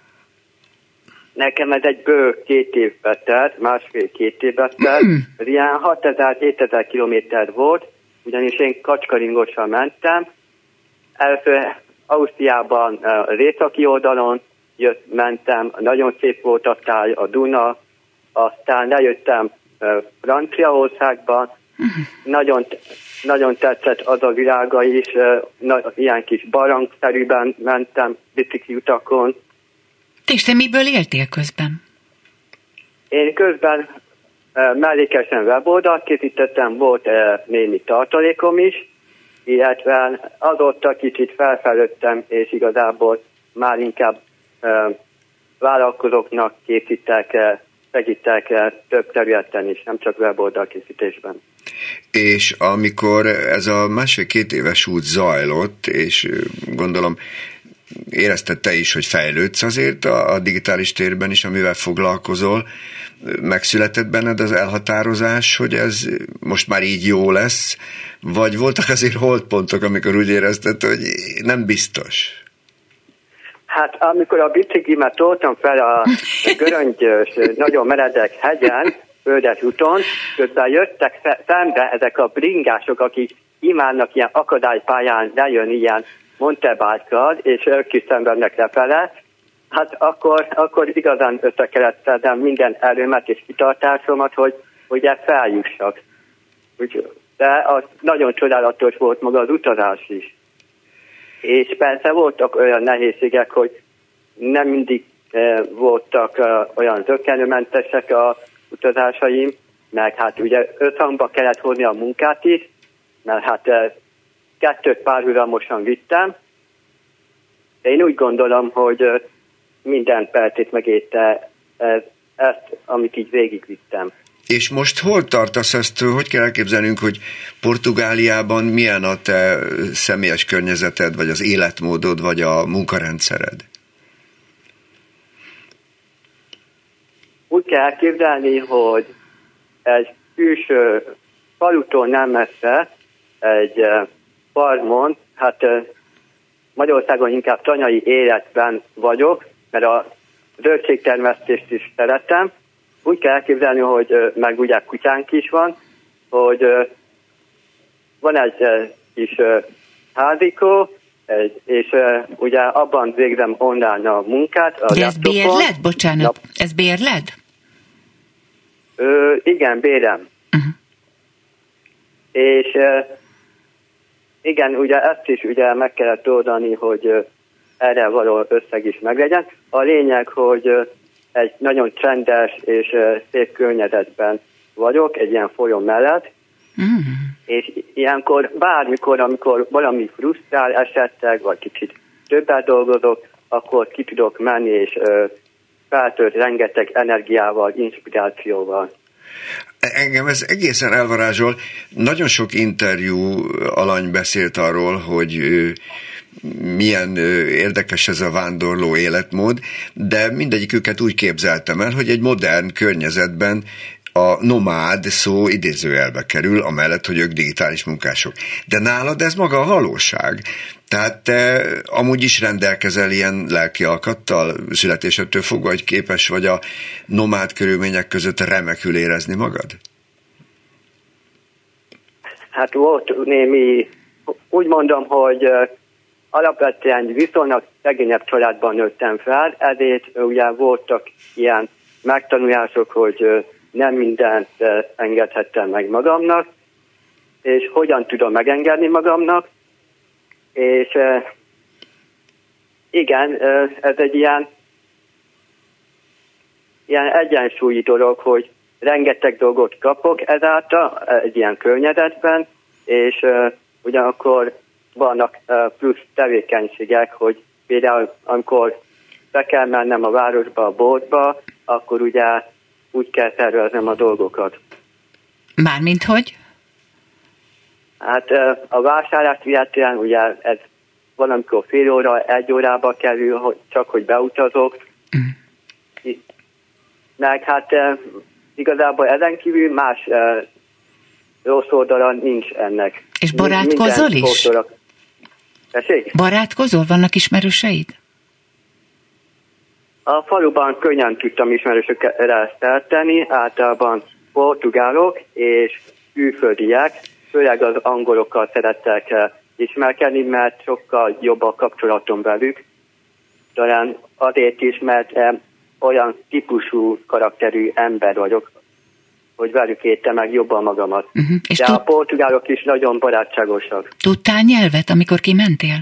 Nekem ez egy bő 2 évbe telt, 1,5-2 évbe telt. Ez ilyen 6000-7000 kilométer volt, ugyanis én kacskaringossal mentem. Először Ausztriában az északi oldalon mentem, nagyon szép volt a táj, a Duna, aztán lejöttem Franciaországba, nagyon tetszett az a világa is, ilyen kis barangszerűben mentem bicikliutakon. És te miből éltél közben? Én közben mellékesen weboldalt készítettem, volt némi tartalékom is, illetve azóta kicsit felfejlődtem, és igazából már inkább vállalkozóknak segítek több területen is, nem csak weboldal készítésben. És amikor ez a 1,5-2 éves út zajlott, és gondolom érezted te is, hogy fejlődsz azért a digitális térben is, amivel foglalkozol, megszületett benned az elhatározás, hogy ez most már így jó lesz, vagy voltak azért holdpontok, amikor úgy érezted, hogy nem biztos? Hát amikor a biciklimet toltam fel a göröngyös, nagyon meredek hegyen, földes úton, közben jöttek szembe ezek a bringások, akik imádnak ilyen akadálypályán lejönni ilyen mountainbike-kal, és ők is szenvednek lefele. Hát akkor igazán össze kellett szednem minden erőmet és kitartásomat, hogy feljussak. De az nagyon csodálatos volt maga az utazás is. És persze voltak olyan nehézségek, hogy nem mindig voltak olyan zökkenőmentesek a utazásaim, meg hát ugye összhangba kellett hozni a munkát is, mert hát 2 párhuzamosan vittem, de én úgy gondolom, hogy minden percét megérte ezt, amit így végigvittem. És most hol tartasz ezt, hogy kell elképzelnünk, hogy Portugáliában milyen a te személyes környezeted, vagy az életmódod, vagy a munkarendszered? Úgy kell elképzelni, hogy egy külső falutól nem messze, egy farmon, hát Magyarországon inkább tanyai életben vagyok, mert a zöldségtermesztést is szeretem. Úgy kell elképzelni, hogy meg ugye kutyánk is van, hogy van egy kis házikó, és ugye abban végzem online a munkát. De ez bérled? Bocsánat, ez bérled? Igen, bérem. Uh-huh. És igen, ugye ezt is ugye meg kellett oldani, hogy erre való összeg is meglegyen. A lényeg, hogy egy nagyon csendes és szép környezetben vagyok, egy ilyen folyó mellett, és ilyenkor bármikor, amikor valami frusztrál esetleg, vagy kicsit többet dolgozok, akkor ki tudok menni, és feltölt rengeteg energiával, inspirációval. Engem ez egészen elvarázsol. Nagyon sok interjú alany beszélt arról, hogy milyen érdekes ez a vándorló életmód, de mindegyiküket úgy képzeltem el, hogy egy modern környezetben a nomád szó idézőjelbe kerül, amellett, hogy ők digitális munkások. De nálad ez maga a valóság. Tehát te amúgy is rendelkezel ilyen lelki alkattal, születésedtől fogva, hogy képes vagy a nomád körülmények között remekül érezni magad? Hát volt némi, úgy mondom, hogy alapvetően viszonylag szegényebb családban nőttem fel, ezért ugye voltak ilyen megtanulások, hogy nem mindent engedhettem meg magamnak, és hogyan tudom megengedni magamnak, és igen, ez egy ilyen egyensúlyi dolog, hogy rengeteg dolgot kapok ezáltal egy ilyen környezetben, és ugyanakkor vannak plusz tevékenységek, hogy például amikor be kell mennem a városba, a boltba, akkor ugye úgy kell terveznem a dolgokat. Mármint hogy? Hát a vásárlást illetően ugye ez valamikor fél óra, 1 órába kerül, csak hogy beutazok. Meg hát igazából ezen kívül más rossz oldala nincs ennek. És barátkozol is? Barátkozol? Vannak ismerőseid? A faluban könnyen tudtam ismerősökre tenni, általában portugálok és külföldiek, főleg az angolokkal szerettek ismerkedni, mert sokkal jobb a kapcsolatom velük. Talán azért is, mert olyan típusú karakterű ember vagyok, hogy velük értem meg jobban magamat. De a portugálok is nagyon barátságosak. Tudtál nyelvet, amikor kimentél?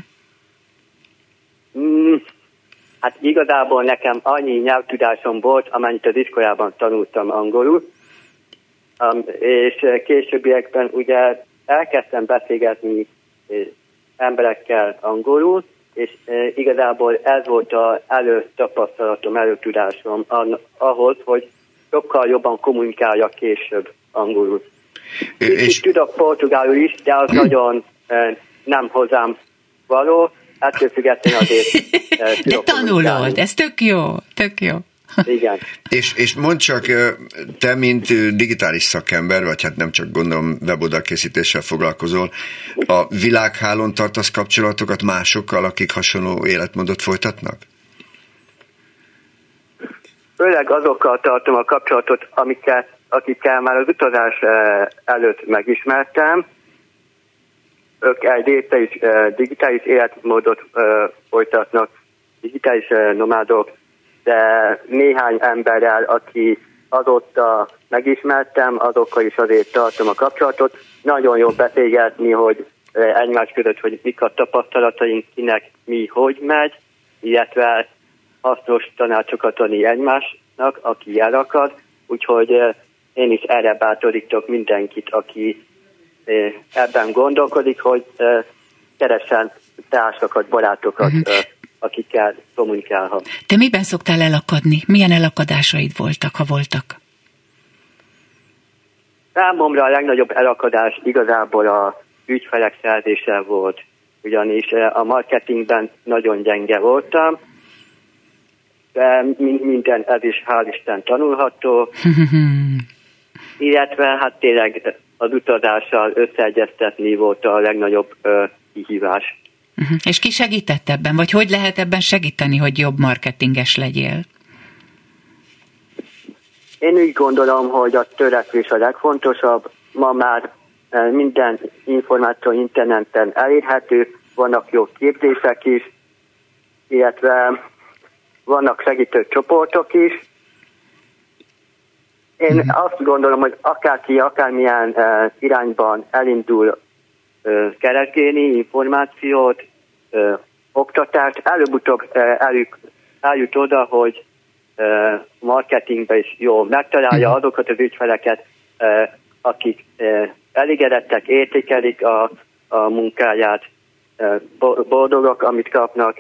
Hát igazából nekem annyi nyelvtudásom volt, amennyit az iskolában tanultam angolul, és későbbiekben ugye elkezdtem beszélgetni emberekkel angolul, és igazából ez volt az előtapasztalatom, előtudásom ahhoz, hogy sokkal jobban kommunikáljak később angolul. És tudok portugálul is, de az nagyon nem hozzám való, ettől függetlenül azért de tanulod, ez tök jó, tök jó. Igen. És mondd csak, te, mint digitális szakember, vagy hát nem csak gondolom weboldalkészítéssel foglalkozol, a világhálón tartasz kapcsolatokat másokkal, akik hasonló életmódot folytatnak? főleg azokkal tartom a kapcsolatot, akikkel már az utazás előtt megismertem. Ők egy része is digitális életmódot folytatnak, digitális nomádok, de néhány emberrel, aki azóta megismertem, azokkal is azért tartom a kapcsolatot. Nagyon jó beszélgetni, hogy egymás között, hogy mik a tapasztalataink, kinek mi, hogy megy, illetve hasznos tanácsokat adni egymásnak, aki elakad. Úgyhogy én is erre bátorítok mindenkit, aki ebben gondolkodik, hogy keressen társakat, barátokat, akikkel kommunikálhat. Te miben szoktál elakadni? Milyen elakadásaid voltak, ha voltak? Számomra a legnagyobb elakadás igazából a ügyfelek szerzése volt, ugyanis a marketingben nagyon gyenge voltam, de minden ez is hál' Isten tanulható, illetve hát tényleg az utazással összeegyeztetni volt a legnagyobb kihívás. És ki segített ebben? Vagy hogy lehet ebben segíteni, hogy jobb marketinges legyél? Én úgy gondolom, hogy a törekvés a legfontosabb. Ma már minden információ interneten elérhető, vannak jó képzések is, illetve vannak segítő csoportok is. Én azt gondolom, hogy akárki, akármilyen irányban elindul keresgélni információt, oktatást, előbb-utóbb eljut oda, hogy marketingben is jól megtalálja azokat az ügyfeleket, akik elégedettek, értékelik a munkáját, boldogok, amit kapnak,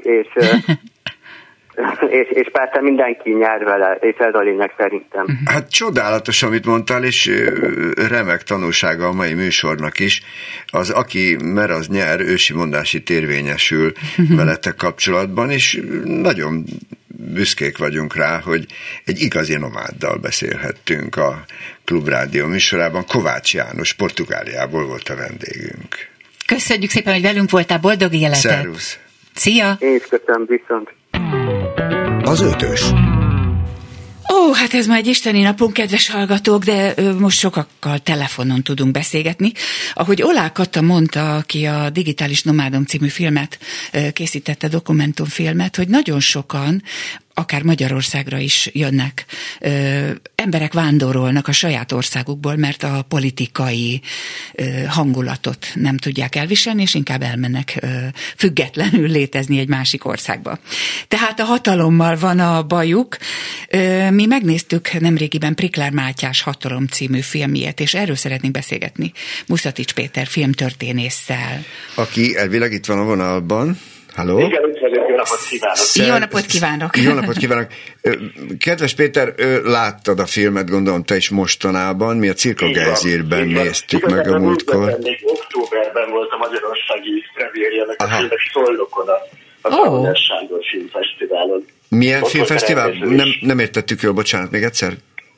és persze mindenki nyer vele, és ez a lényeg szerintem. Hát csodálatos, amit mondtál, és remek tanulsága a mai műsornak is. Az, aki mer, az nyer, ősi mondás itt érvényesül veletek kapcsolatban, és nagyon büszkék vagyunk rá, hogy egy igazi nomáddal beszélhettünk a Klubrádió műsorában. Kovács János Portugáliából volt a vendégünk. Köszönjük szépen, hogy velünk voltál, boldog életet! Szervusz! Szia! Én is köszönöm, viszont! Az ötös. Ó, hát ez már egy isteni napunk, kedves hallgatók, de most sokakkal telefonon tudunk beszélgetni. Ahogy Olá Kata mondta, aki a Digitális Nomádom című filmet készítette, dokumentumfilmet, hogy nagyon sokan akár Magyarországra is jönnek. Emberek vándorolnak a saját országukból, mert a politikai hangulatot nem tudják elviselni, és inkább elmennek függetlenül létezni egy másik országba. Tehát a hatalommal van a bajuk. Mi megnéztük nemrégiben Priklár Mátyás Hatalom című filmjét, és erről szeretnénk beszélgetni Muszatics Péter filmtörténésszel. Aki elvileg itt van a vonalban. Halló? Igen, jó napot kívánok! Jó napot kívánok! Jó napot kívánok! Kedves Péter, láttad a filmet, gondolom te is mostanában, mi a Cirkogázírben néztük meg a múltkor. Még októberben volt a magyarországi premiérjének a filmek Szolnokon, a Szolnokon Sándor Filmfesztiválon. Milyen filmfesztivál? Nem értettük jól, bocsánat, még egyszer?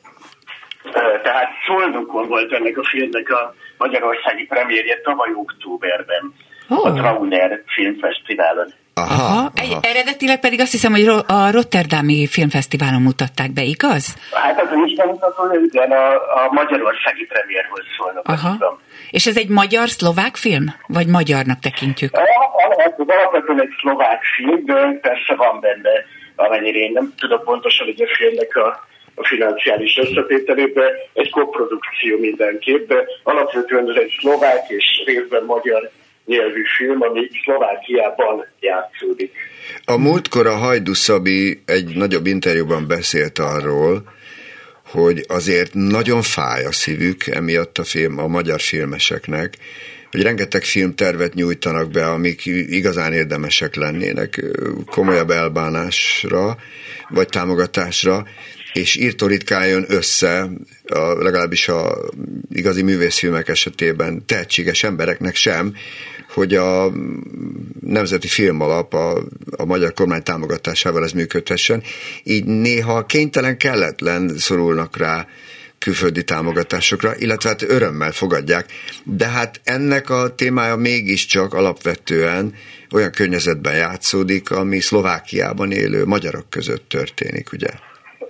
Tehát Szolnokon volt ennek a filmnek a magyarországi premiérje tavaly októberben. A Trauner Filmfesztiválon. Aha. Eredetileg pedig azt hiszem, hogy a Rotterdami Filmfesztiválon mutatták be, igaz? Hát az is bemutató, igen, a magyarországi premiérhoz szólnak. És ez egy magyar-szlovák film? Vagy magyarnak tekintjük? Alapvetően egy szlovák film, de persze van benne, amennyire én nem tudom pontosan, hogy a filmnek a financiális összetételében egy koprodukció mindenképp, de alapvetően ez egy szlovák és részben magyar nyelvű film, ami Szlovákiában játszódik. A múltkor a Hajdú Szabi egy nagyobb interjúban beszélt arról, hogy azért nagyon fáj a szívük emiatt a magyar filmeseknek, hogy rengeteg filmtervet nyújtanak be, amik igazán érdemesek lennének komolyabb elbánásra, vagy támogatásra, és írtó ritkán jön össze, legalábbis a igazi művészfilmek esetében tehetséges embereknek sem, hogy a Nemzeti Filmalap a magyar kormány támogatásával ez működhessen. Így néha kénytelen, kelletlen szorulnak rá külföldi támogatásokra, illetve hát örömmel fogadják, de hát ennek a témája mégiscsak alapvetően olyan környezetben játszódik, ami Szlovákiában élő magyarok között történik, ugye?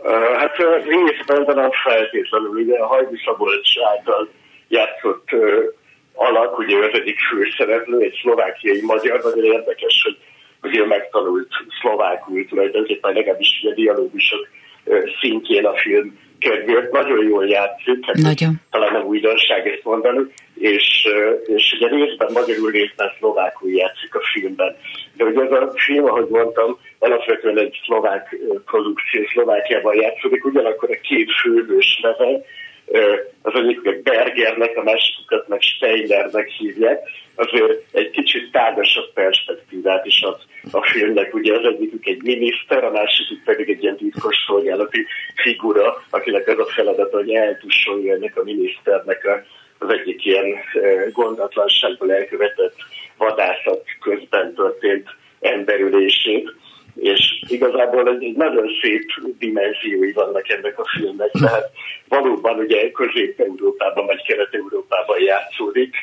Hát részben, de nem feltétlenül. Ugye a Hajdu Szabolcs által játszott alak, ugye az egyik főszereplő, egy szlovákiai magyar, nagyon érdekes, hogy ő megtanult szlovákul tulajdonképpen, legalábbis a dialógusok szintjén a film kedvéért. Nagyon jól játszik, talán nem újdonság ezt mondani, és ugye részben magyarul, részben szlovákul játszik a filmben. De ugye ez a film, ahogy mondtam, alapvetően egy szlovák produkció, Szlovákiában játszódik, ugyanakkor a két főhős neve, az egyik Bergernek, a másikukat meg Steinernek hívják, azért egy kicsit tágasabb perspektívát is ad a filmnek. Ugye az egyikük egy miniszter, a másikük pedig egy ilyen titkos szolgálati figura, akinek az a feladata, hogy eltussolja ennek a miniszternek az egyik ilyen gondatlanságból elkövetett vadászat közben történt emberülését. És igazából egy nagyon szép dimenziói vannak ennek a filmnek, tehát valóban ugye Közép-Európában vagy Kelet-Európában játszódik,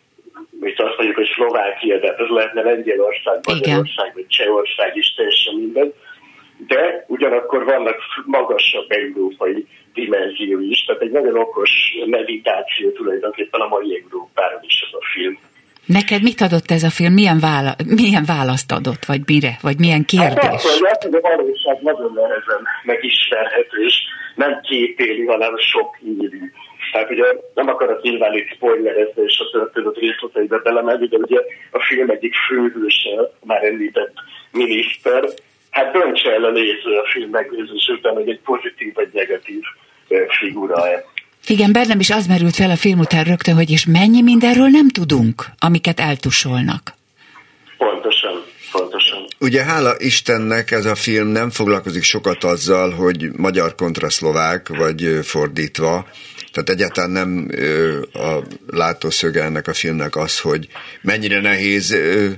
és azt mondjuk, hogy Szlovákia, de ez lehetne Lengyelország, Magyarország, vagy Csehország is, teljesen minden, de ugyanakkor vannak magasabb európai dimenziói is, tehát egy nagyon okos meditáció tulajdonképpen a mai Európáról is ez a film. Neked mit adott ez a film? Milyen választ adott? Vagy mire? Vagy milyen kérdés? Hát a valóság nagyon nehezen megismerhető, és nem képéli, hanem sok élő. Tehát ugye nem akarok nyilván itt spoilerezni és a történet részleteibe belemenni, de ugye a film egyik főhőse, már említett miniszter, hát döntse el a néző a film megnézés után, hogy egy pozitív vagy negatív figura-e. Igen, bennem is az merült fel a film után rögtön, hogy és mennyi mindenről nem tudunk, amiket eltussolnak. Pontosan. Ugye hála Istennek ez a film nem foglalkozik sokat azzal, hogy magyar kontra szlovák, vagy fordítva. Tehát egyáltalán nem a látószöge ennek a filmnek az, hogy mennyire nehéz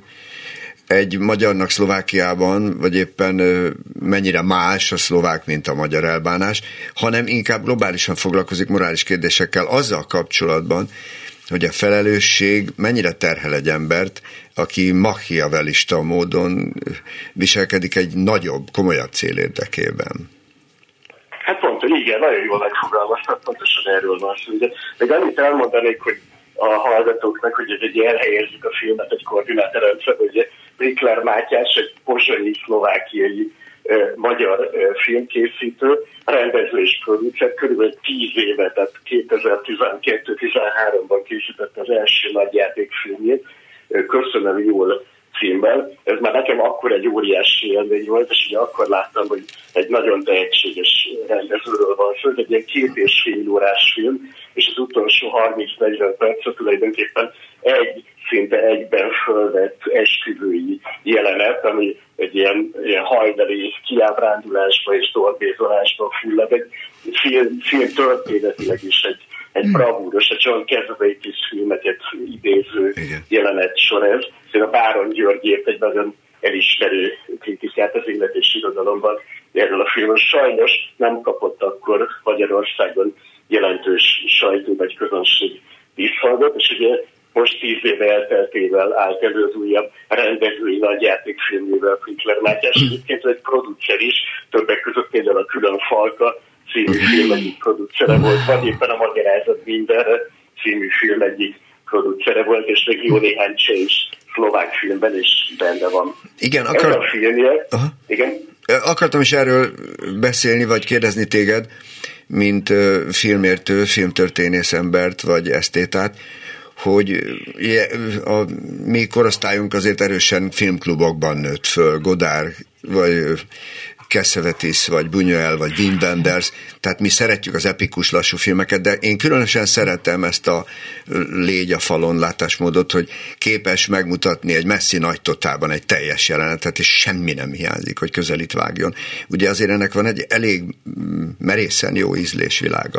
egy magyarnak Szlovákiában, vagy éppen mennyire más a szlovák, mint a magyar elbánás, hanem inkább globálisan foglalkozik morális kérdésekkel azzal kapcsolatban, hogy a felelősség mennyire terhel egy embert, aki machiavellista módon viselkedik egy nagyobb, komolyabb cél érdekében. Hát pont, igen, nagyon jól megfogalmaztak, pontosan erről van szó. Még annyit elmondanék, hogy a hallgatóknak, hogy egy elhelyezzük a filmet egy koordinátorrendszerben, hogy Prikler Mátyás egy pozsonyi szlovákiai magyar filmkészítő, rendező és producer, körülbelül 10 éve, tehát 2012-13-ban készítette az első nagyjátékfilmjét, Köszönöm jól címmel. Ez már nekem akkor egy óriási élmény volt, és ugye akkor láttam, hogy egy nagyon tehetséges rendezőről van szó, egy ilyen 2,5 órás film, és az utolsó 30-40 percet tulajdonképpen szinte egyben fölvett esküvői jelenet, ami egy ilyen hajnali kiábrándulásba és dolgézolásba fullad. Egy film történetileg is egy bravúros, egy John Cassavetes filmeket idéző jelenet sor ez. A Báron György írt egy nagyon elismerő kritikát az élet és irodalomban erről a filmről. Sajnos nem kapott akkor Magyarországon jelentős sajtó vagy közönség visszhangot, és ugye most 10 éve elteltével állt elő az újabb rendezői nagyjátékfilmével Prikler Mátyás. Egyébként egy producer is, többek között például a Külön Falka című film egyik producere volt, vagy éppen a Magyarázat mindenre című film egyik producere volt, és még jó néhány cseh is szlovák filmben is benne van. Igen, ez a filmje. Igen? Akartam is erről beszélni, vagy kérdezni téged, mint filmértő, filmtörténész embert, vagy esztétát, hogy a mi korosztályunk azért erősen filmklubokban nőtt föl, Godard, vagy Cassavetes, vagy Buñuel, vagy Wim Wenders, tehát mi szeretjük az epikus lassú filmeket, de én különösen szeretem ezt a légy a falon látásmódot, hogy képes megmutatni egy messzi nagy totálban egy teljes jelenetet, és semmi nem hiányzik, hogy közelít vágjon. Ugye azért ennek van egy elég merészen jó ízlésvilága.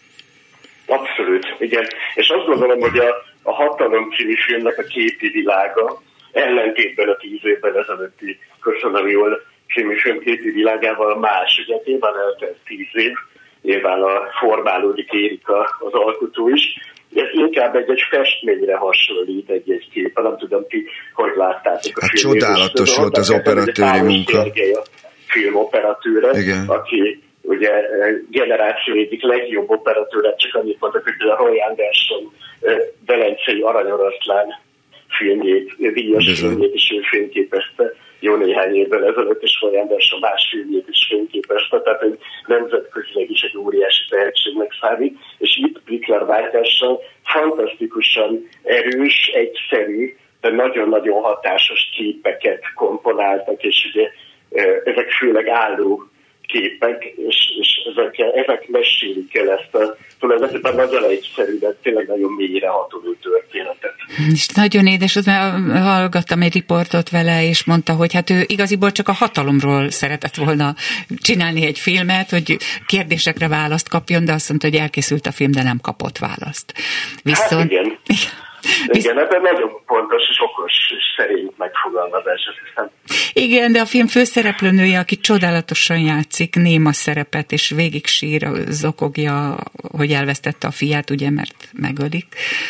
Abszolút, igen. És azt gondolom, hogy a Hatalom című filmnek a képi világa ellentétben a 10 évvel ezelőtti Köszönöm jól című film képi világával más. Ugye nyilván eltelt 10 év, nyilván formálódik Érika az alkotó is. Ez inkább egy festményre hasonlít egy kép. Nem tudom, ti hogy láttátok a filmet. Csodálatos volt az operatőri munka. Sergely a film operatőre, aki ugye generáció egyik legjobb operatőre, csak annyit mondok, hogy a Roy Anderson Velencei Aranyoroszlán filmjét, díjas filmjét is ő fényképezte jó néhány évvel ezelőtt, és Roy Anderson más filmjét is fényképezte, tehát egy nemzetközileg is egy óriási tehetségnek számít, és itt Prickler váltással fantasztikusan erős, egyszerű, de nagyon-nagyon hatásos képeket komponáltak, és ugye ezek főleg álló képek, és ezek mesélik el ezt a tulajdonképpen nagyon egyszerű, de tényleg nagyon mélyre hatoló történetet. És nagyon édes, hallgattam egy riportot vele, és mondta, hogy hát ő igaziból csak a hatalomról szeretett volna csinálni egy filmet, hogy kérdésekre választ kapjon, de azt mondta, hogy elkészült a film, de nem kapott választ. Viszont... Hát igen. Igen, ebben nagyon pontos és okos és szerény megfogalmazás, azt hiszem. Igen, de a film főszereplőnője, aki csodálatosan játszik, néma szerepet, és végig sír, zokogja, hogy elvesztette a fiát, ugye, mert megölik.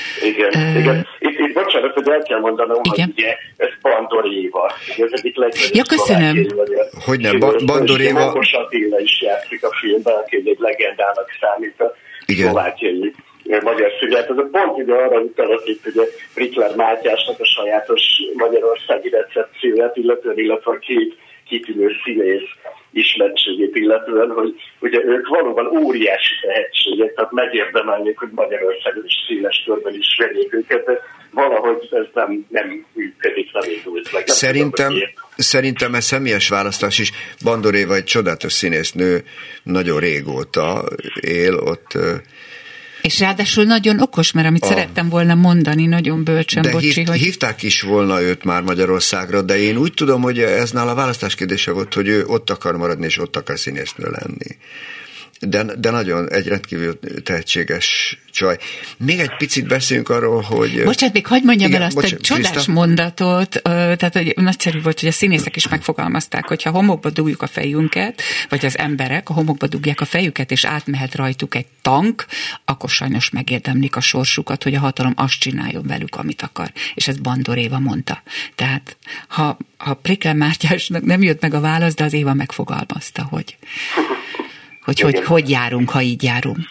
Igen. Itt bocsánat, hogy el kell mondanom, igen, hogy ugye ez Bandor Éva. Ez egyik legnagyobb. Ja, köszönöm. Hogy nem, Bandor Éva. Mókos Attila is játszik a filmben, aki egy legendának számít a szlovákiai magyar szület. Ez a pont ugye arra utalok itt, ugye Prickler Mátyásnak a sajátos magyarországi recepcióját, illetve a két kitűnő színész ismertségét illetően, hogy ugye ők valóban óriási tehetségek, tehát megérdemelnék, hogy Magyarországon is széles körben is vegyék őket, de valahogy ez nem működik, nem indult meg. Szerintem ez személyes választás is. Bandor Éva egy csodálatos színésznő, nagyon régóta él ott. És ráadásul nagyon okos, mert amit szerettem volna mondani, nagyon bölcsen, de bocsi, hogy... hívták is volna őt már Magyarországra, de én úgy tudom, hogy ez nála a választás kérdése volt, hogy ő ott akar maradni, és ott akar színésznő lenni. De nagyon egy rendkívül tehetséges csaj. Még egy picit beszéljünk arról, hogy... Bocsánat, még hagyd mondjam el azt egy csodás mondatot, tehát hogy nagyszerű volt, hogy a színészek is megfogalmazták, hogyha homokba dugjuk a fejünket, vagy az emberek a homokba dugják a fejüket, és átmehet rajtuk egy tank, akkor sajnos megérdemlik a sorsukat, hogy a hatalom azt csináljon velük, amit akar. És ezt Bandor Éva mondta. Tehát ha Prickler Mátyásnak nem jött meg a válasz, de az Éva megfogalmazta, hogy járunk, ha így járunk.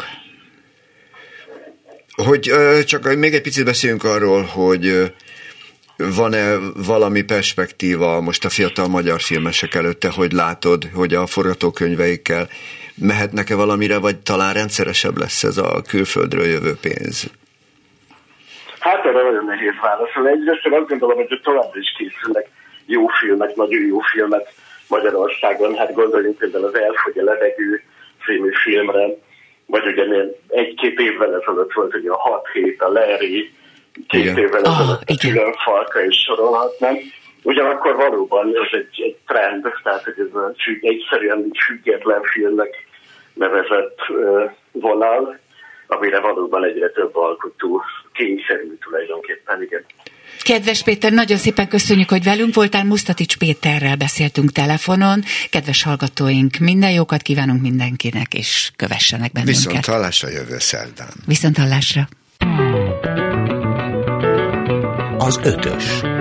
Hogy csak még egy picit beszéljünk arról, hogy van-e valami perspektíva most a fiatal magyar filmesek előtte, hogy látod, hogy a forgatókönyveikkel mehetnek-e valamire, vagy talán rendszeresebb lesz ez a külföldről jövő pénz? Hát erre nagyon nehéz válaszolni. Egyrészt én azt gondolom, hogy továbbra is készülnek jó filmek, nagyon jó filmek Magyarországon. Hát gondoljunk például az Elfogy a levegő című filmre, vagy ugye 1-2 évvel ezelőtt volt ugye a 6 hét, a Larry, 2 évvel ezelőtt a Különfalka is sorolhatnám. Ugyanakkor valóban ez egy trend, tehát hogy ez egyszerűen független filmnek nevezett vonal, amire valóban egyre több alkotó kényszerül tulajdonképpen, igen. Kedves Péter, nagyon szépen köszönjük, hogy velünk voltál. Musztatics Péterrel beszéltünk telefonon. Kedves hallgatóink, minden jókat kívánunk mindenkinek, és kövessenek bennünket. Viszonthallásra jövő szerdán. Viszonthallásra. Az 5-ös.